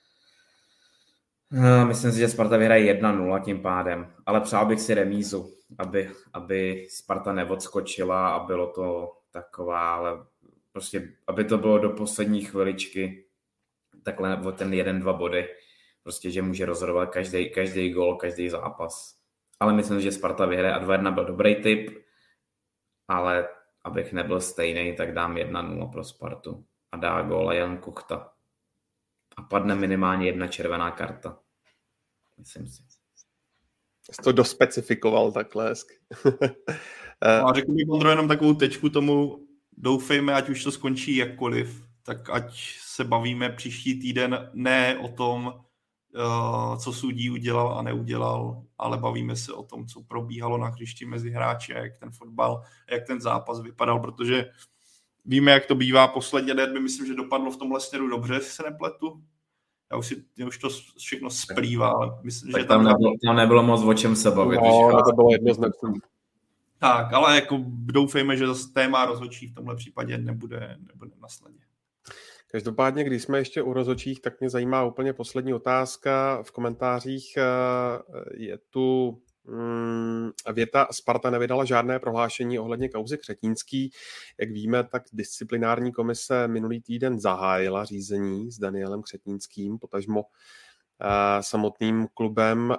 Myslím si, že Sparta vyhraje 1-0 tím pádem, ale přál bych si remízu, aby Sparta neodskočila a bylo to taková, ale prostě, aby to bylo do poslední chviličky, takhle o ten 1-2 body, prostě, že může rozhodovat každý gól, každý zápas. Ale myslím, že Sparta vyhraje a 2-1 byl dobrý tip, ale abych nebyl stejný, tak dám 1-0 pro Spartu a dá góla Jan Kuchta. A padne minimálně 1 červená karta. Myslím si. Jsi to dospecifikoval takhle hezky. A řekl bych, Ondro, jenom takovou tečku tomu, doufejme, ať už to skončí jakkoliv, tak ať se bavíme příští týden ne o tom, co sudí udělal a neudělal, ale bavíme se o tom, co probíhalo na hřišti mezi hráči, jak ten fotbal, jak ten zápas vypadal, protože víme, jak to bývá posledně derby, myslím, že dopadlo v tomhle směru dobře, jestli se nepletu. Já už to všechno splývá, ale myslím, tak že tam nebylo moc o čem se bavit. No, to bylo jednoznačné. Tak, ale jako doufejme, že zase téma rozhodčí v tomhle případě nebude na snadě. Každopádně, když jsme ještě u rozhodčích, tak mě zajímá úplně poslední otázka. V komentářích je tu věta: Sparta nevydala žádné prohlášení ohledně kauzy Křetínský. Jak víme, tak disciplinární komise minulý týden zahájila řízení s Danielem Křetínským, potažmo samotným klubem.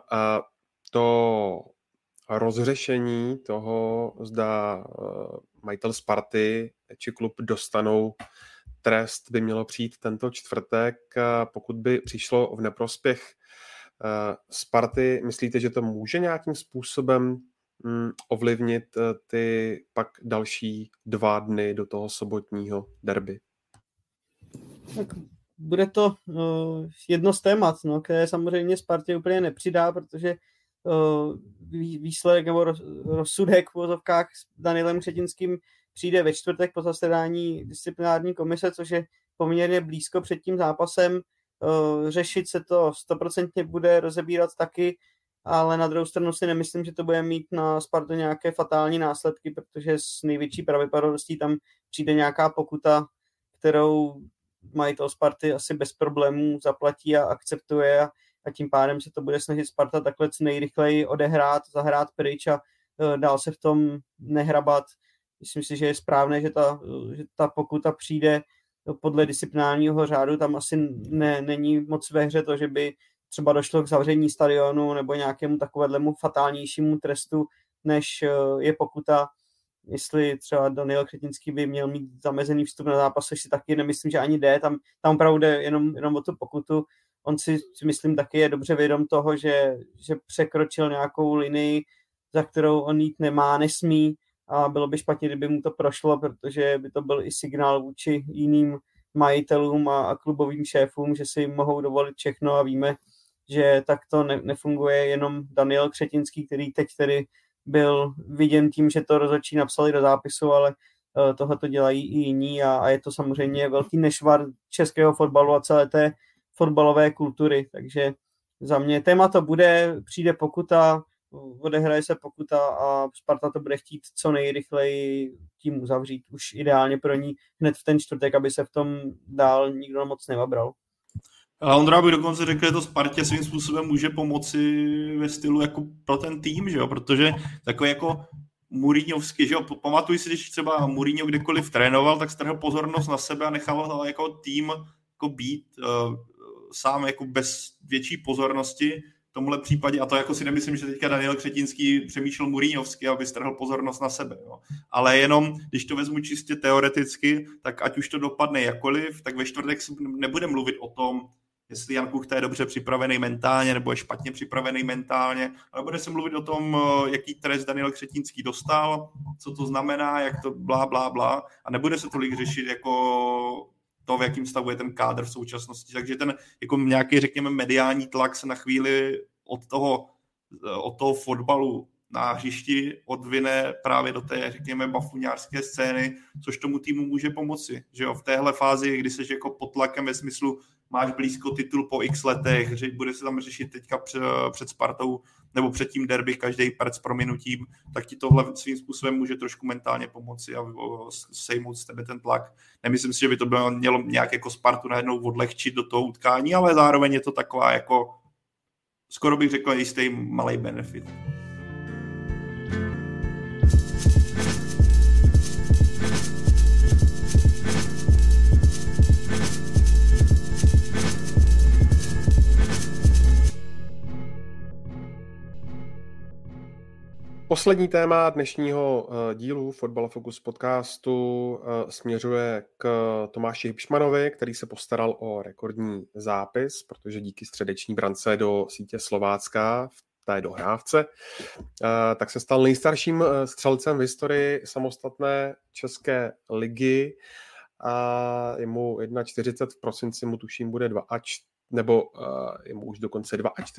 To rozřešení toho, zda majitel Sparty či klub dostanou trest, by mělo přijít tento čtvrtek. Pokud by přišlo v neprospěch Sparty, myslíte, že to může nějakým způsobem ovlivnit ty pak další 2 dny do toho sobotního derby? Tak bude to jedno z témat, které samozřejmě Spartě úplně nepřidá, protože výsledek nebo rozsudek v uvozovkách s Danielem Křetínským přijde ve čtvrtek po zasedání disciplinární komise, což je poměrně blízko před tím zápasem. Řešit se to 100% bude rozebírat taky ale na druhou stranu si nemyslím, že to bude mít na Spartu nějaké fatální následky, protože s největší pravděpodobností tam přijde nějaká pokuta, kterou majitel Sparty asi bez problémů zaplatí a akceptuje a tím pádem se to bude snažit Sparta takhle co nejrychleji odehrát, zahrát pryč a dál se v tom nehrabat. Myslím si, že je správné, že ta pokuta přijde podle disciplinárního řádu, tam asi není moc ve hře to, že by třeba došlo k zavření stadionu nebo nějakému takovému fatálnějšímu trestu, než je pokuta. Jestli třeba Daniel Křetínský by měl mít zamezený vstup na zápas, což si taky nemyslím, že ani jde, tam opravdu jde jenom o tu pokutu. On si myslím taky je dobře vědom toho, že překročil nějakou linii, za kterou on jít nemá, nesmí a bylo by špatně, kdyby mu to prošlo, protože by to byl i signál vůči jiným majitelům a klubovým šéfům, že si mohou dovolit všechno a víme, že tak to nefunguje jenom Daniel Křetínský, který teď tedy byl viděn tím, že to rozhodčí napsali do zápisu, ale tohle to dělají i jiní a je to samozřejmě velký nešvar českého fotbalu a celé té fotbalové kultury, takže za mě téma to bude, přijde pokuta, odehraje se pokuta a Sparta to bude chtít co nejrychleji tím uzavřít, už ideálně pro ní hned v ten čtvrtek, aby se v tom dál nikdo moc nevabral. Ale Ondra by dokonce řekl, že to Spartě svým způsobem může pomoci ve stylu jako pro ten tým, že jo? Protože takový jako Mourinhovský, že jo? Pamatuj si, když třeba Mourinho kdekoliv trénoval, tak strhl pozornost na sebe a nechal ho jako tým jako být sám jako bez větší pozornosti v tomhle případě, a to jako si nemyslím, že teďka Daniel Křetínský přemýšlel Mourinhovsky, aby strhl pozornost na sebe. Jo. Ale jenom, když to vezmu čistě teoreticky, tak ať už to dopadne jakkoliv, tak ve čtvrtek si nebude mluvit o tom, jestli Jan Kuchta je dobře připravený mentálně nebo je špatně připravený mentálně, ale bude se mluvit o tom, jaký trest Daniel Křetínský dostal, co to znamená, jak to blá, blá, blá, a nebude se tolik řešit jako to, v jakém stavu je ten kádr v současnosti. Takže ten jako nějaký, řekněme, mediální tlak se na chvíli od toho fotbalu na hřišti odvine právě do té, řekněme, bafuňářské scény, což tomu týmu může pomoci. Že jo, v téhle fázi, kdy jsi jako pod tlakem ve smyslu máš blízko titul po x letech, bude se tam řešit teďka před Spartou nebo před tím derby každý perc s prominutím, tak ti tohle svým způsobem může trošku mentálně pomoci a sejmout z tebe ten tlak. Nemyslím si, že by to mělo nějak jako Spartu najednou odlehčit do toho utkání, ale zároveň je to taková jako, skoro bych řekl, jistý malej benefit. Poslední téma dnešního dílu Fotbal Focus podcastu směřuje k Tomáši Hipšmanovi, který se postaral o rekordní zápis, protože díky středeční brance do sítě Slovácka v té dohrávce, tak se stal nejstarším střelcem v historii samostatné české ligy a je mu 41, v prosinci mu tuším bude 42, nebo je mu už dokonce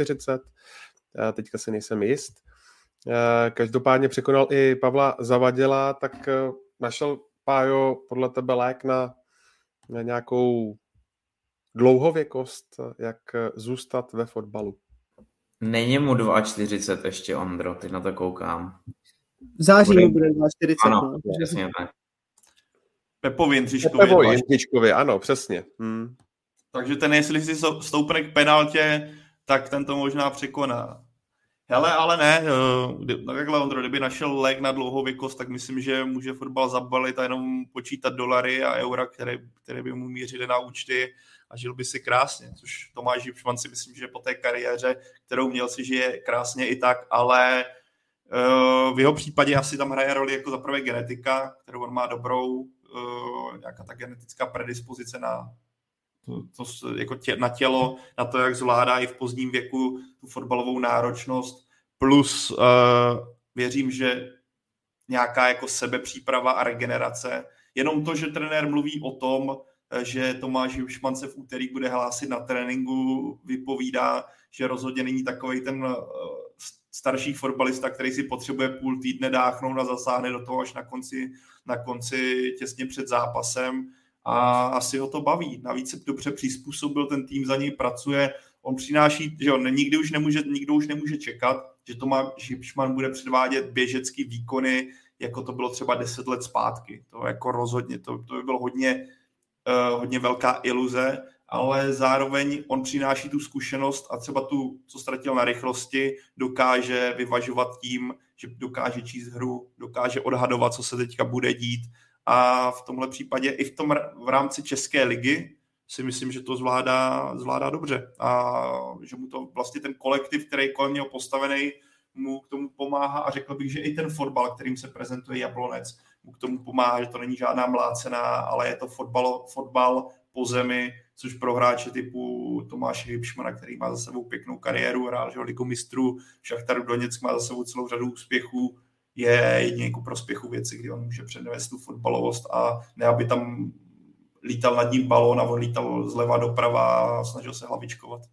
42, teďka si nejsem jist. Každopádně překonal i Pavla Zavadila, tak našel, Pájo, podle tebe lék na nějakou dlouhověkost, jak zůstat ve fotbalu? Není mu 42 ještě, Ondro, teď na to koukám. V září mu bude 42. Ano, přesně tak. Pepo Jindřičkově, ano, přesně. Takže ten, jestli si stoupne k penaltě, tak ten to možná překoná. Hele, ale ne, takhle Ondro, kdyby našel lék na dlouhověkost, tak myslím, že může fotbal zabalit a jenom počítat dolary a eura, které by mu mířily na účty a žil by si krásně, což Tomáš Hipšman si myslím, že po té kariéře, kterou měl, si žije krásně i tak, ale v jeho případě asi tam hraje roli jako zaprvé genetika, kterou on má dobrou, nějaká ta genetická predispozice na jako na tělo, na to, jak zvládá i v pozdním věku tu fotbalovou náročnost, plus věřím, že nějaká jako sebepříprava a regenerace. Jenom to, že trenér mluví o tom, že Tomáš Hipšman se v úterý bude hlásit na tréninku, vypovídá, že rozhodně není takovej ten starší fotbalista, který si potřebuje půl týdne dáchnout a zasáhne do toho až na konci těsně před zápasem. A asi ho to baví. Navíc se dobře přizpůsobil, ten tým za něj pracuje. On přináší, že on nikdo už nemůže čekat, že Tomáš Hipšman bude předvádět běžecký výkony, jako to bylo třeba 10 let zpátky. To jako rozhodně, to by bylo hodně velká iluze, ale zároveň on přináší tu zkušenost a třeba tu, co ztratil na rychlosti, dokáže vyvažovat tím, že dokáže číst hru, dokáže odhadovat, co se teďka bude dít a v tomhle případě i v rámci České ligy si myslím, že to zvládá dobře a že mu to vlastně ten kolektiv, který kolem něho postavený, mu k tomu pomáhá a řekl bych, že i ten fotbal, kterým se prezentuje Jablonec, mu k tomu pomáhá, že to není žádná mlácená, ale je to fotbal po zemi, což pro hráče typu Tomáše Hipšmana, který má za sebou pěknou kariéru, hrál Ligu mistrů, Šachtaru Doněck má za sebou celou řadu úspěchů, je jedině ku prospěchu věci, kdy on může přednést tu fotbalovost a ne, aby tam lítal nad ním balón a on lítal zleva doprava a snažil se hlavičkovat.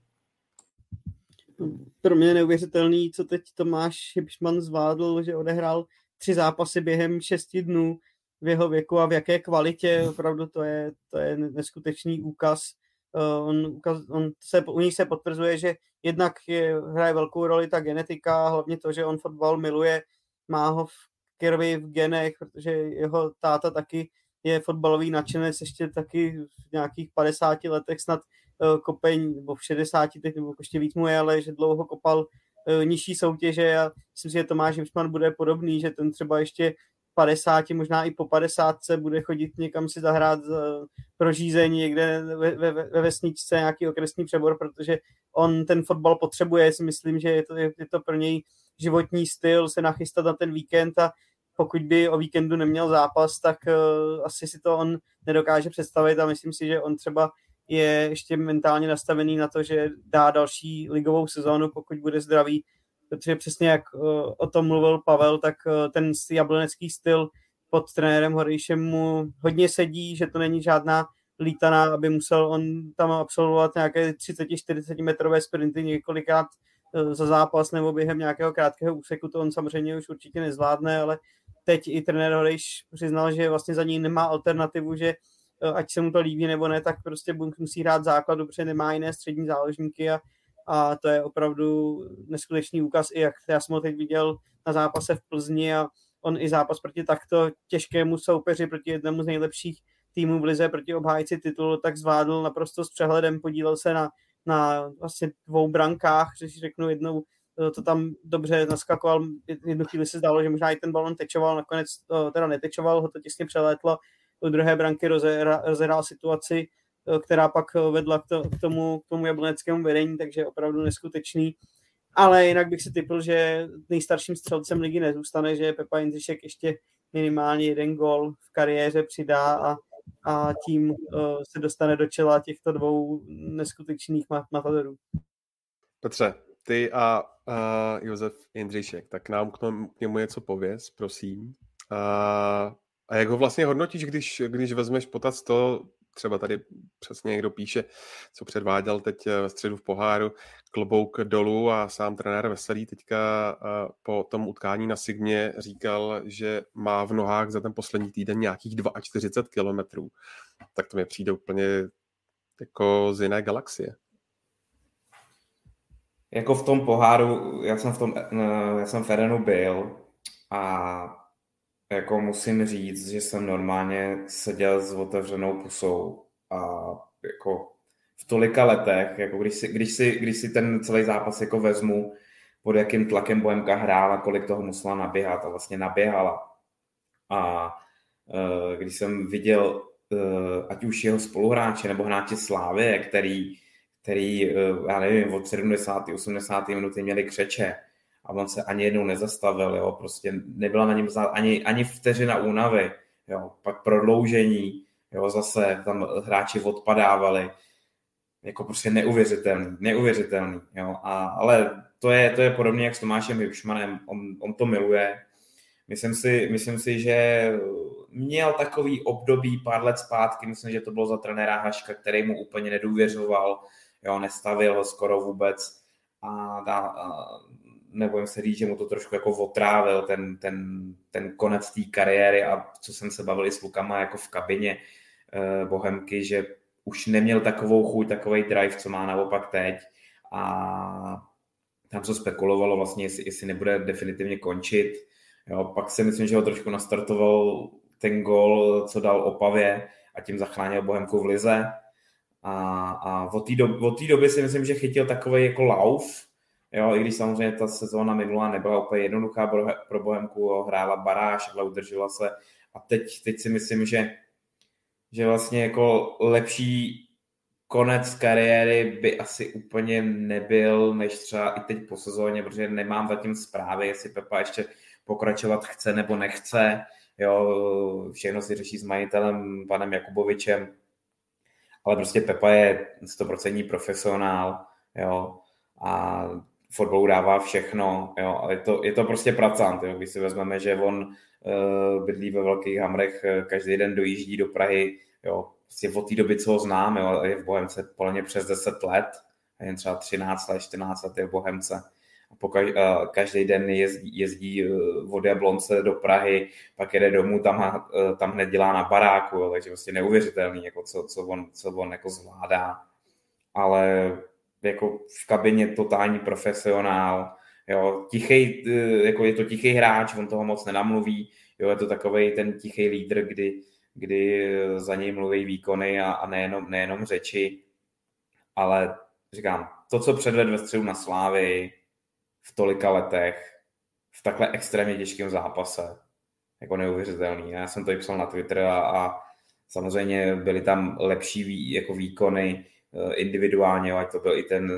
Pro mě je neuvěřitelný, co teď Tomáš Hipšman zvládl, že odehrál 3 zápasy během 6 dnů v jeho věku a v jaké kvalitě. Opravdu to je neskutečný úkaz. U nich se potvrzuje, že jednak hraje velkou roli ta genetika, hlavně to, že on fotbal miluje, má ho v krvi, v genech, protože jeho táta taky je fotbalový nadšenec, ještě taky v nějakých 50 letech snad kopeň, nebo v 60 teď, nebo ještě víc mu je, ale že dlouho kopal nižší soutěže a myslím si, že Tomáš Hipšman bude podobný, že ten třeba ještě 50, možná i po 50 bude chodit někam si zahrát pro žízení někde ve vesničce, nějaký okresní přebor, protože on ten fotbal potřebuje, si myslím, že je to pro něj životní styl se nachystat na ten víkend a pokud by o víkendu neměl zápas, tak asi si to on nedokáže představit a myslím si, že on třeba je ještě mentálně nastavený na to, že dá další ligovou sezónu, pokud bude zdravý, protože přesně jak o tom mluvil Pavel, tak ten jablonecký styl pod trenérem Horejšem mu hodně sedí, že to není žádná lítaná, aby musel on tam absolvovat nějaké 30-40 metrové sprinty několikrát za zápas nebo během nějakého krátkého úseku, to on samozřejmě už určitě nezvládne, ale teď i trenér Horejš přiznal, že vlastně za ní nemá alternativu, že ať se mu to líbí nebo ne, tak prostě musí hrát základu, protože nemá jiné střední záložníky a to je opravdu neskutečný úkaz, i jak já jsem ho teď viděl na zápase v Plzni a on i zápas proti takto těžkému soupeři, proti jednomu z nejlepších týmů v lize, proti obhájci titulu, tak zvládl naprosto s přehledem, podílel se na vlastně 2 brankách, že si řeknu jednou, to tam dobře naskakoval, jednu chvíli se zdálo, že možná i ten balon tečoval, nakonec teda netečoval, ho to těsně přelétlo, u druhé branky rozehrál situaci, která pak vedla k tomu jabloneckému vedení, takže opravdu neskutečný. Ale jinak bych si tipl, že nejstarším střelcem ligy nezůstane, že Pepa Jindřišek ještě minimálně 1 gól v kariéře přidá a tím se dostane do čela těchto 2 neskutečných matadorů. Petře, ty a Josef Jindřišek, tak nám k němu něco pověz, prosím. A jak ho vlastně hodnotíš, když vezmeš potaz to, třeba tady přesně někdo píše, co předváděl teď ve středu v poháru, klobouk dolů a sám trenér Veselý teďka po tom utkání na Sigmě říkal, že má v nohách za ten poslední týden nějakých 42 kilometrů. Tak to mi přijde úplně jako z jiné galaxie. Jako v tom poháru, já jsem v Edenu byl a jako musím říct, že jsem normálně seděl s otevřenou pusou a jako v tolika letech, jako když si ten celý zápas jako vezmu, pod jakým tlakem Bohemka hrála, kolik toho musela naběhat a vlastně naběhala. A když jsem viděl ať už jeho spoluhráče nebo hráče Slávie, který já nevím, od 70. 80. minuty měli křeče, a on se ani jednou nezastavil, jo, prostě nebyla na něm ani vteřina únavy, jo, pak prodloužení, jo, zase tam hráči odpadávali, jako prostě neuvěřitelný, jo, ale to je podobně jak s Tomášem Hipšmanem, on to miluje, myslím si, že měl takový období pár let zpátky, myslím, že to bylo za trenéra Haška, který mu úplně nedůvěřoval, jo, nestavil ho skoro vůbec a nebojím se říct, že mu to trošku jako otrávil ten konec té kariéry a co jsem se bavil i s klukama jako v kabině Bohemky, že už neměl takovou chuť, takovej drive, co má naopak teď a tam se spekulovalo vlastně, jestli nebude definitivně končit. Jo, pak si myslím, že ho trošku nastartoval ten gól, co dal Opavě a tím zachránil Bohemku v lize. A od té doby si myslím, že chytil takovej jako lauf, jo, i když samozřejmě ta sezóna minulá nebyla úplně jednoduchá pro Bohemku, hrála baráž, ale udržela se. A teď si myslím, že vlastně jako lepší konec kariéry by asi úplně nebyl, než třeba i teď po sezóně, protože nemám zatím zprávy, jestli Pepa ještě pokračovat chce nebo nechce. Jo, všechno si řeší s majitelem panem Jakubovičem, ale prostě Pepa je 100% profesionál, jo, a fotbalu dává všechno, jo, ale je to prostě pracant, jo, když si vezmeme, že on bydlí ve Velkých Hamrech, každý den dojíždí do Prahy, jo, prostě od té doby, co ho znám, jo, je v Bohemce podle mě přes 10 let, a jen třeba 13 let, 14 let je v Bohemce. A každý den jezdí od Jablonce do Prahy, pak jede domů, tam hned dělá na baráku, jo, takže vlastně neuvěřitelný, jako co on jako zvládá. Ale jako v kabině totální profesionál, jo, tichej, jako je to tichý hráč, on toho moc nenamluví, jo, je to takovej ten tichý lídr, kdy za něj mluví výkony a nejenom řeči, ale říkám, to, co předvedl ve středu na Slávii v tolika letech, v takhle extrémně těžkém zápase, jako neuvěřitelný. Já jsem to i psal na Twitter a samozřejmě byly tam lepší jako výkony individuálně, ať to byl i ten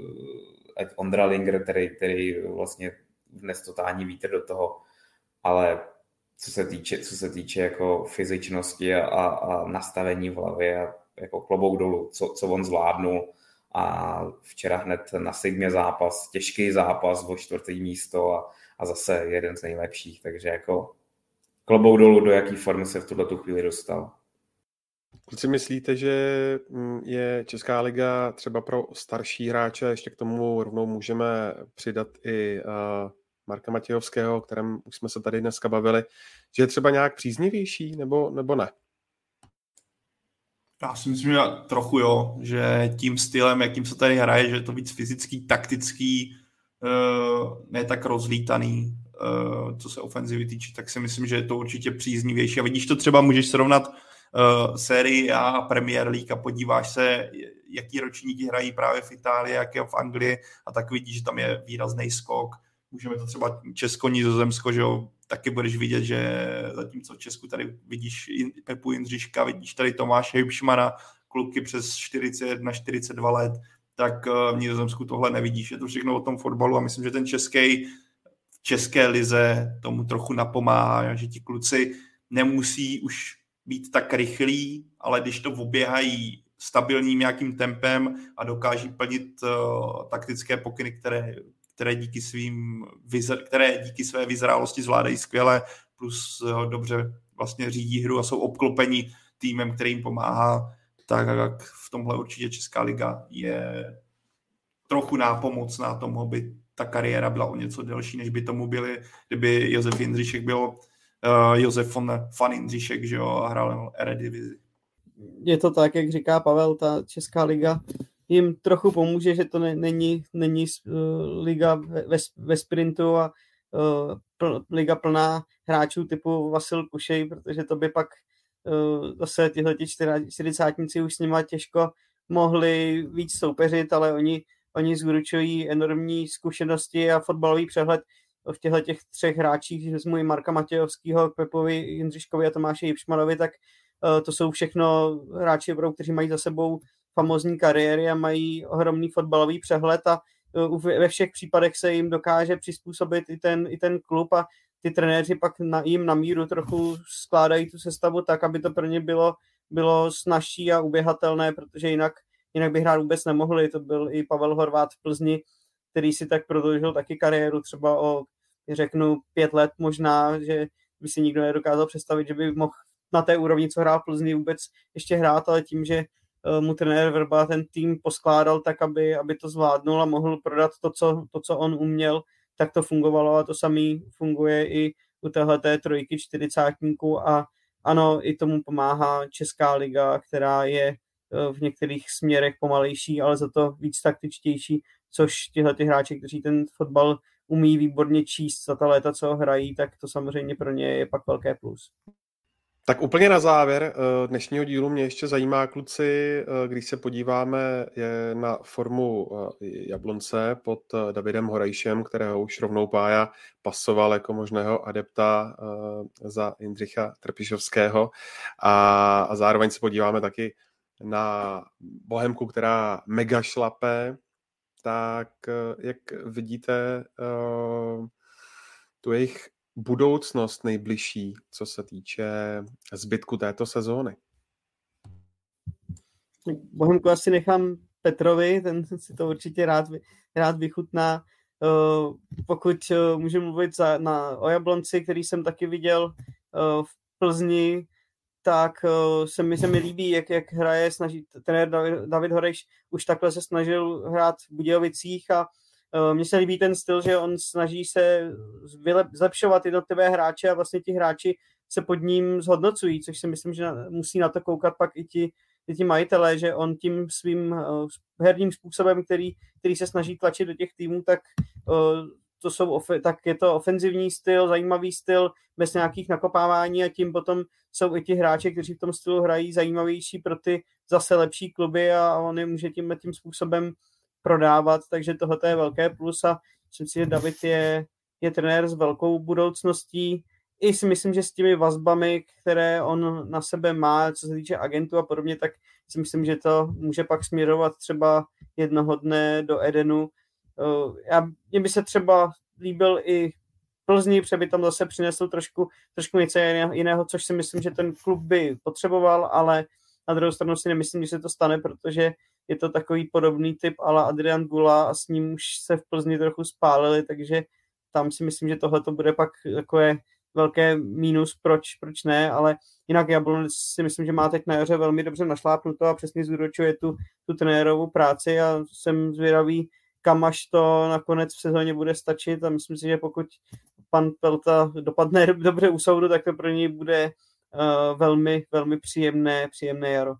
Ondra Linger, který vlastně vnes totální vítr do toho, ale co se týče jako fyzičnosti a nastavení v hlavě, jako klobouk dolů, co on zvládnul. A včera hned na Sigmě zápas, těžký zápas o 4. místo a zase jeden z nejlepších, takže jako klobouk dolů, do jaký formy se v tuto chvíli dostal. Kluci, myslíte, že je Česká liga třeba pro starší hráče, ještě k tomu rovnou můžeme přidat i Marka Matějovského, o kterém už jsme se tady dneska bavili, že je třeba nějak příznivější nebo ne? Já si myslím, že trochu jo, že tím stylem, jakým se tady hraje, že je to víc fyzický, taktický, ne tak rozlítaný, co se ofenzivy týče, tak si myslím, že je to určitě příznivější. A vidíš to třeba, můžeš srovnat sérii a Premier League a podíváš se, jaký ročníky hrají právě v Itálii, jak je v Anglii a tak vidíš, že tam je výrazný skok. Můžeme to třeba Česko, Nizozemsko, že jo, taky budeš vidět, že zatímco v Česku tady vidíš Pepu Jindřiška, vidíš tady Tomáše Hybšmana, kluky přes 41-42 let, tak v Nizozemsku tohle nevidíš. Je to všechno o tom fotbalu a myslím, že ten v české lize tomu trochu napomáhá, že ti kluci nemusí už být tak rychlí, ale když to oběhají stabilním nějakým tempem a dokáží plnit taktické pokyny, které díky své vyzrálosti zvládají skvěle, plus dobře vlastně řídí hru a jsou obklopeni týmem, který jim pomáhá, tak v tomhle určitě Česká liga je trochu nápomocná tomu, aby ta kariéra byla o něco delší, než by tomu byly, kdyby Josef Jindřišek byl Josef van Jindřišek, že jo, a hrál Eredivizi. Je to tak, jak říká Pavel, ta Česká liga jim trochu pomůže, že to není liga ve sprintu a liga plná hráčů typu Vasil Kušej, protože to by pak zase tyhleti 40 už s nima těžko mohli víc soupeřit, ale oni zúročují enormní zkušenosti a fotbalový přehled v těchto 3 hráčích, že vezmu i Marka Matějovského, Pepovi Jindřiškovi a Tomáši Jipšmanovi, tak to jsou všechno hráči, kteří mají za sebou famózní kariéry a mají ohromný fotbalový přehled a ve všech případech se jim dokáže přizpůsobit i ten klub a ty trenéři pak jim na míru trochu skládají tu sestavu tak, aby to pro ně bylo snazší a uběhatelné, protože jinak by hrát vůbec nemohli. To byl i Pavel Horváth v Plzni, který si tak prodloužil taky kariéru třeba o, řeknu, 5 let možná, že by si nikdo nedokázal představit, že by mohl na té úrovni, co hrál v Plzni, vůbec ještě hrát, ale tím, že mu trenér Vrba ten tým poskládal tak, aby to zvládnul a mohl prodat to, co on uměl, tak to fungovalo a to samé funguje i u téhleté 3 40 a ano, i tomu pomáhá Česká liga, která je v některých směrech pomalejší, ale za to víc taktičtější, což tyhle ty hráči, kteří ten fotbal umí výborně číst za ta léta, co ho hrají, tak to samozřejmě pro ně je pak velké plus. Tak úplně na závěr dnešního dílu mě ještě zajímá, kluci, když se podíváme na formu Jablonce pod Davidem Horejšem, kterého už rovnou Pája pasoval jako možného adepta za Jindřicha Trpišovského, a zároveň se podíváme taky na Bohemku, která mega šlape, tak jak vidíte tu jejich budoucnost nejbližší, co se týče zbytku této sezóny? Bohemku asi nechám Petrovi, ten si to určitě rád vychutná. Pokud můžu mluvit o Jablonci, který jsem taky viděl v Plzni, tak se mi líbí, jak hraje, trenér David Horejš už takhle se snažil hrát v Budějovicích a mně se líbí ten styl, že on snaží se zlepšovat jednotlivé hráče a vlastně ti hráči se pod ním zhodnocují, což si myslím, že musí na to koukat pak i ti majitelé, že on tím svým herním způsobem, který se snaží tlačit do těch týmů, tak je to ofenzivní styl, zajímavý styl, bez nějakých nakopávání a tím potom jsou i ti hráči, kteří v tom stylu hrají, zajímavější pro ty zase lepší kluby a on je může tím způsobem prodávat, takže tohle je velké plus a myslím si, že David je trenér s velkou budoucností. I si myslím, že s těmi vazbami, které on na sebe má, co se týče agentů a podobně, tak si myslím, že to může pak směrovat třeba jednoho dne do Edenu. Mně by se třeba líbil i Plzni, protože by tam zase přinesl trošku něco jiného, což si myslím, že ten klub by potřeboval, ale na druhou stranu si nemyslím, že se to stane, protože je to takový podobný typ a la Adrian Gula a s ním už se v Plzni trochu spálili, takže tam si myslím, že tohle to bude pak takové velké mínus, proč ne, ale jinak Jablonec si myslím, že má teď na jaře velmi dobře našlápnuto a přesně zúročuje tu trenérovou práci a jsem zvědavý, kam až to nakonec v sezóně bude stačit a myslím si, že pokud pan Pelta dopadne dobře u soudu, tak to pro něj bude velmi, velmi příjemné jaro.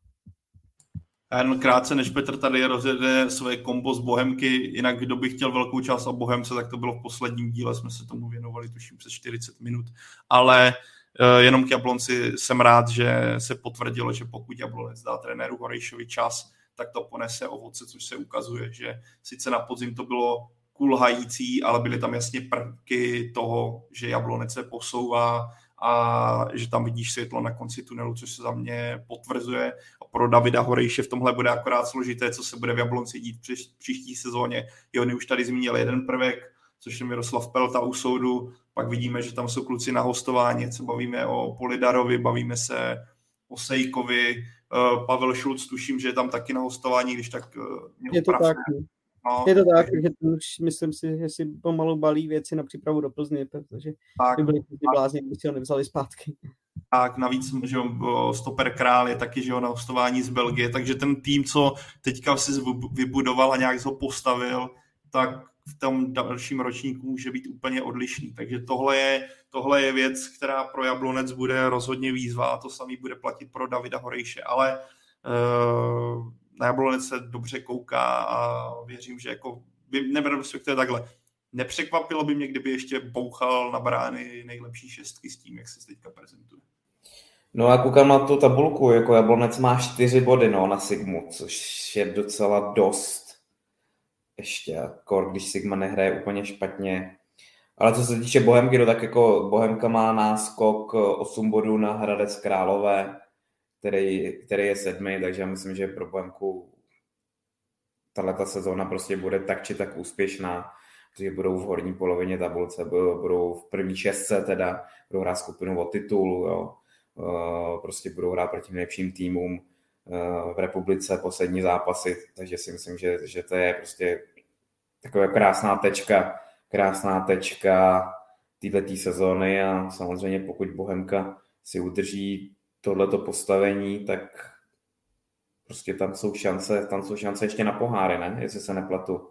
A jen krátce, než Petr tady rozjede svoje kombo z Bohemky, jinak kdo by chtěl velkou část o Bohemce, tak to bylo v posledním díle, jsme se tomu věnovali tuším přes 40 minut, ale jenom k Jablonci jsem rád, že se potvrdilo, že pokud Jablonec dá trenéru Horejšovi čas, tak to ponese ovoce, což se ukazuje, že sice na podzim to bylo kulhající, ale byly tam jasně prvky toho, že Jablonec se posouvá a že tam vidíš světlo na konci tunelu, což se za mě potvrzuje. A pro Davida Horejše v tomhle bude akorát složité, co se bude v Jablonci dít příští sezóně. Jony už tady zmínil jeden prvek, což je Miroslav Pelta u soudu. Pak vidíme, že tam jsou kluci na hostování, se bavíme o Polidarovi, bavíme se o Sejkovi, Pavel Šulc, tuším, že je tam taky na hostování, když tak... Je to tak. No, je to tak, že už myslím si, že si pomalu balí věci na přípravu do Plzně, protože by byli blázni, kdyby si ho nevzali zpátky. Tak, navíc, že stoper Král je taky, že ho na hostování z Belgie, takže ten tým, co teďka si vybudoval a nějak ho postavil, tak v tom dalším ročníku může být úplně odlišný. Takže tohle je věc, která pro Jablonec bude rozhodně výzva a to samý bude platit pro Davida Horejše, ale na Jablonec se dobře kouká a věřím, že jako respektive takhle. Nepřekvapilo by mě, kdyby ještě bouchal na brány nejlepší šestky s tím, jak se teďka prezentuje. No a koukám na tu tabulku, jako Jablonec má 4 body na Sigmu, což je docela dost. Ještě, když Sigma nehraje úplně špatně. Ale co se týče Bohemky, tak jako Bohemka má náskok 8 bodů na Hradec Králové, který je 7, takže já myslím, že pro Bohemku tato sezóna prostě bude tak či tak úspěšná, protože budou v horní polovině tabulce, budou v první 6, teda budou hrát skupinu o titul, jo. Prostě budou hrát proti nejlepším týmům v republice poslední zápasy, takže si myslím, že to je prostě taková krásná tečka této sezóny a samozřejmě pokud Bohemka si udrží tohleto postavení, tak prostě tam jsou šance ještě na poháry, ne? Jestli se nepletu.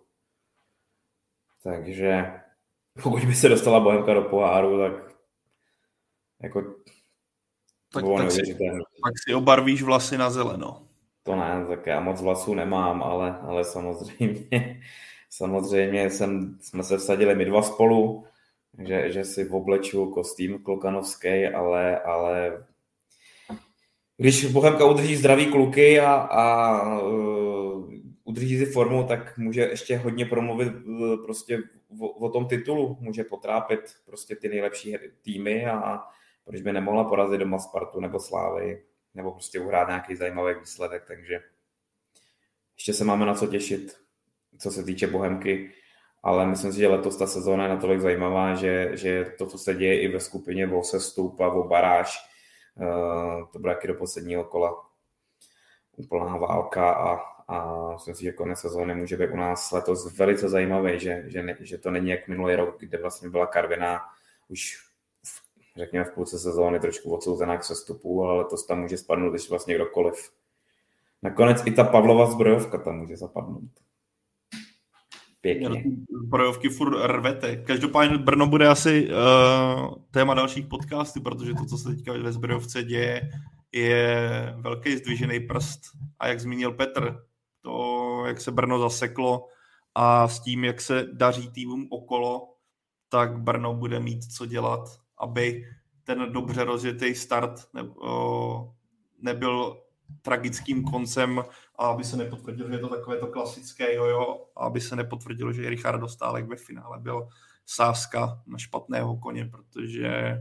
Takže pokud by se dostala Bohemka do poháru, tak jako tak si obarvíš vlasy na zeleno. To ne, tak já moc vlasů nemám, ale samozřejmě jsme se vsadili my dva spolu, že si obleču kostým klokanovský, ale když Bohemka udrží zdraví kluky a udrží si formu, tak může ještě hodně promluvit prostě o tom titulu, může potrápit prostě ty nejlepší týmy a proč by nemohla porazit doma Spartu nebo Slávy, nebo prostě uhrát nějaký zajímavý výsledek, takže ještě se máme na co těšit, co se týče Bohemky, ale myslím si, že letos ta sezóna je natolik zajímavá, že to, co se děje i ve skupině o sestup a o baráž, to bude taky do posledního kola úplná válka a myslím si, že konec sezóny může být u nás letos velice zajímavý, že to není jak minulý rok, kde vlastně byla Karviná už řekněme v půlce sezóny trošku odsouzená k sestupu, ale letos tam může spadnout ještě vlastně kdokoliv. Nakonec i ta Pavlova zbrojovka tam může zapadnout. Pěkně. Zbrojovky furt rvete. Každopádně Brno bude asi téma dalších podcastů, protože to, co se teďka ve zbrojovce děje, je velký zdvižený prst. A jak zmínil Petr, to, jak se Brno zaseklo a s tím, jak se daří týmům okolo, tak Brno bude mít co dělat, aby ten dobře rozjetý start nebyl tragickým koncem a aby se nepotvrdilo, že je to takové to klasické jojo a aby se nepotvrdilo, že Richard Dostálek ve finále byl sázka na špatného koně, protože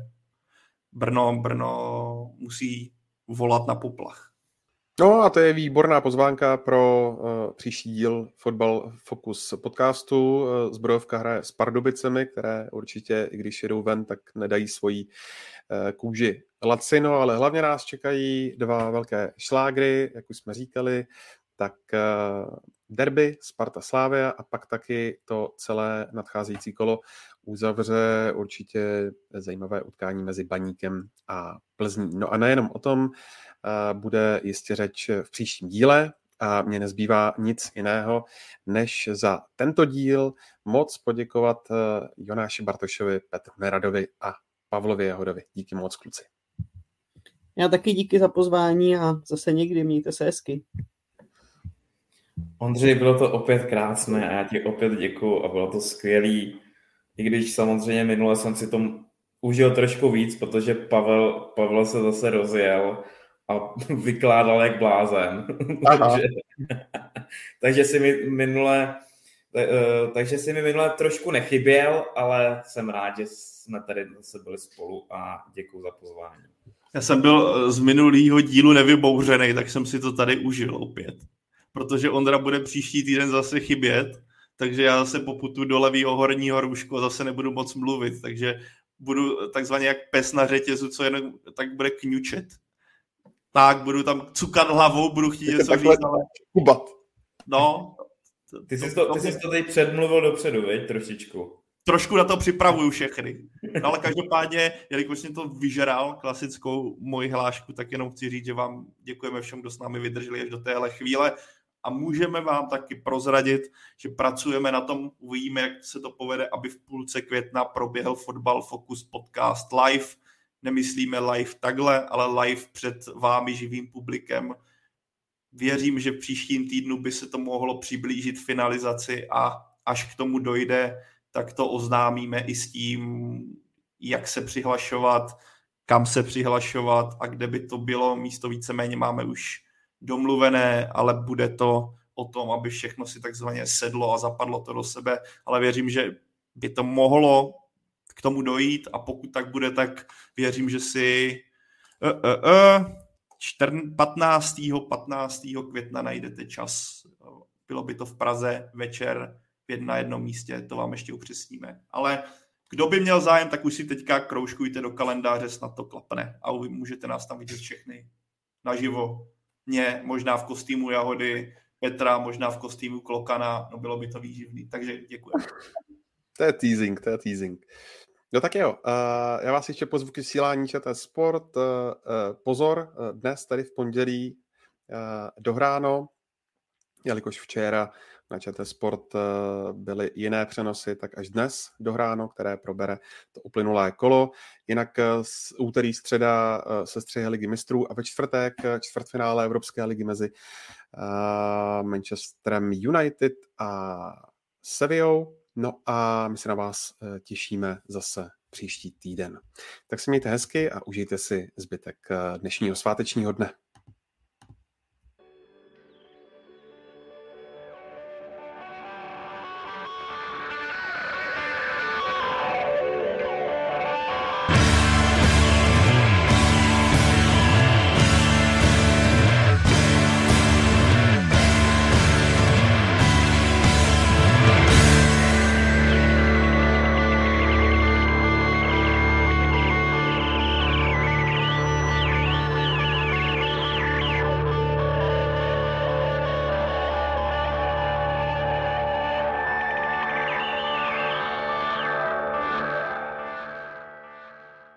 Brno musí volat na poplach. No a to je výborná pozvánka pro příští díl Fotbal Focus podcastu. Zbrojovka hraje s Pardubicemi, které určitě, i když jedou ven, tak nedají svoji kůži lacino, ale hlavně nás čekají dva velké šlágry, jak už jsme říkali, tak derby Sparta Slavia a pak taky to celé nadcházející kolo uzavře určitě zajímavé utkání mezi Baníkem a Plzní. No a nejenom o tom bude jistě řeč v příštím díle a mně nezbývá nic jiného, než za tento díl moc poděkovat Jonáši Bartošovi, Petru Neradovi a Pavlovi Jahodovi. Díky moc, kluci. Já taky díky za pozvání a zase někdy, mějte se hezky. Ondřej, bylo to opět krásné a já ti opět děkuju a bylo to skvělý. I když samozřejmě minule jsem si to užil trošku víc, protože Pavel se zase rozjel a vykládal jak blázen. takže si mi minule trošku nechyběl, ale jsem rád, že jsme tady zase byli spolu a děkuju za pozvání. Já jsem byl z minulého dílu nevybouřený, tak jsem si to tady užil opět. Protože Ondra bude příští týden zase chybět, takže já zase poputu do levýho horního růžku a zase nebudu moc mluvit, takže budu takzvaně jak pes na řetězu, co jenom tak bude kňučet. Tak, budu tam cukat hlavou, budu chtít něco říct, ale... Kubat. No. Ty jsi to tady předmluvil dopředu, veď, trošičku. Trošku na to připravuju všechny. No, ale každopádně, jelikož mě to vyžral klasickou moji hlášku, tak jenom chci říct, že vám děkujeme všem, kdo s námi vydrželi až do téhle chvíle a můžeme vám taky prozradit, že pracujeme na tom, uvidíme, jak se to povede, aby v půlce května proběhl Fotbal Focus podcast live. Nemyslíme live takhle, ale live před vámi živým publikem. Věřím, že v příštím týdnu by se to mohlo přiblížit finalizaci a až k tomu dojde, tak to oznámíme i s tím, jak se přihlašovat, kam se přihlašovat a kde by to bylo. Místo víceméně máme už domluvené, ale bude to o tom, aby všechno si takzvaně sedlo a zapadlo to do sebe. Ale věřím, že by to mohlo k tomu dojít a pokud tak bude, tak věřím, že si 15. května najdete čas. Bylo by to v Praze večer na jednom místě, to vám ještě upřesníme. Ale kdo by měl zájem, tak už si teďka kroužkujte do kalendáře, snad to klapne a vy můžete nás tam vidět všechny naživo. Mě možná v kostýmu Jahody, Petra možná v kostýmu Klokana, no bylo by to výživný, takže děkuji. To je teasing. No tak jo, já vás ještě pozvu k vysílání ČT Sport. Pozor, dnes tady v pondělí dohráno jelikož včera na ČT Sport byly jiné přenosy, tak až dnes dohráno, které probere to uplynulé kolo. Jinak úterý, středa se střihy Ligy mistrů a ve čtvrtek čtvrtfinále Evropské ligy mezi Manchesterem United a Sevillou. No a my se na vás těšíme zase příští týden. Tak se mějte hezky a užijte si zbytek dnešního svátečního dne.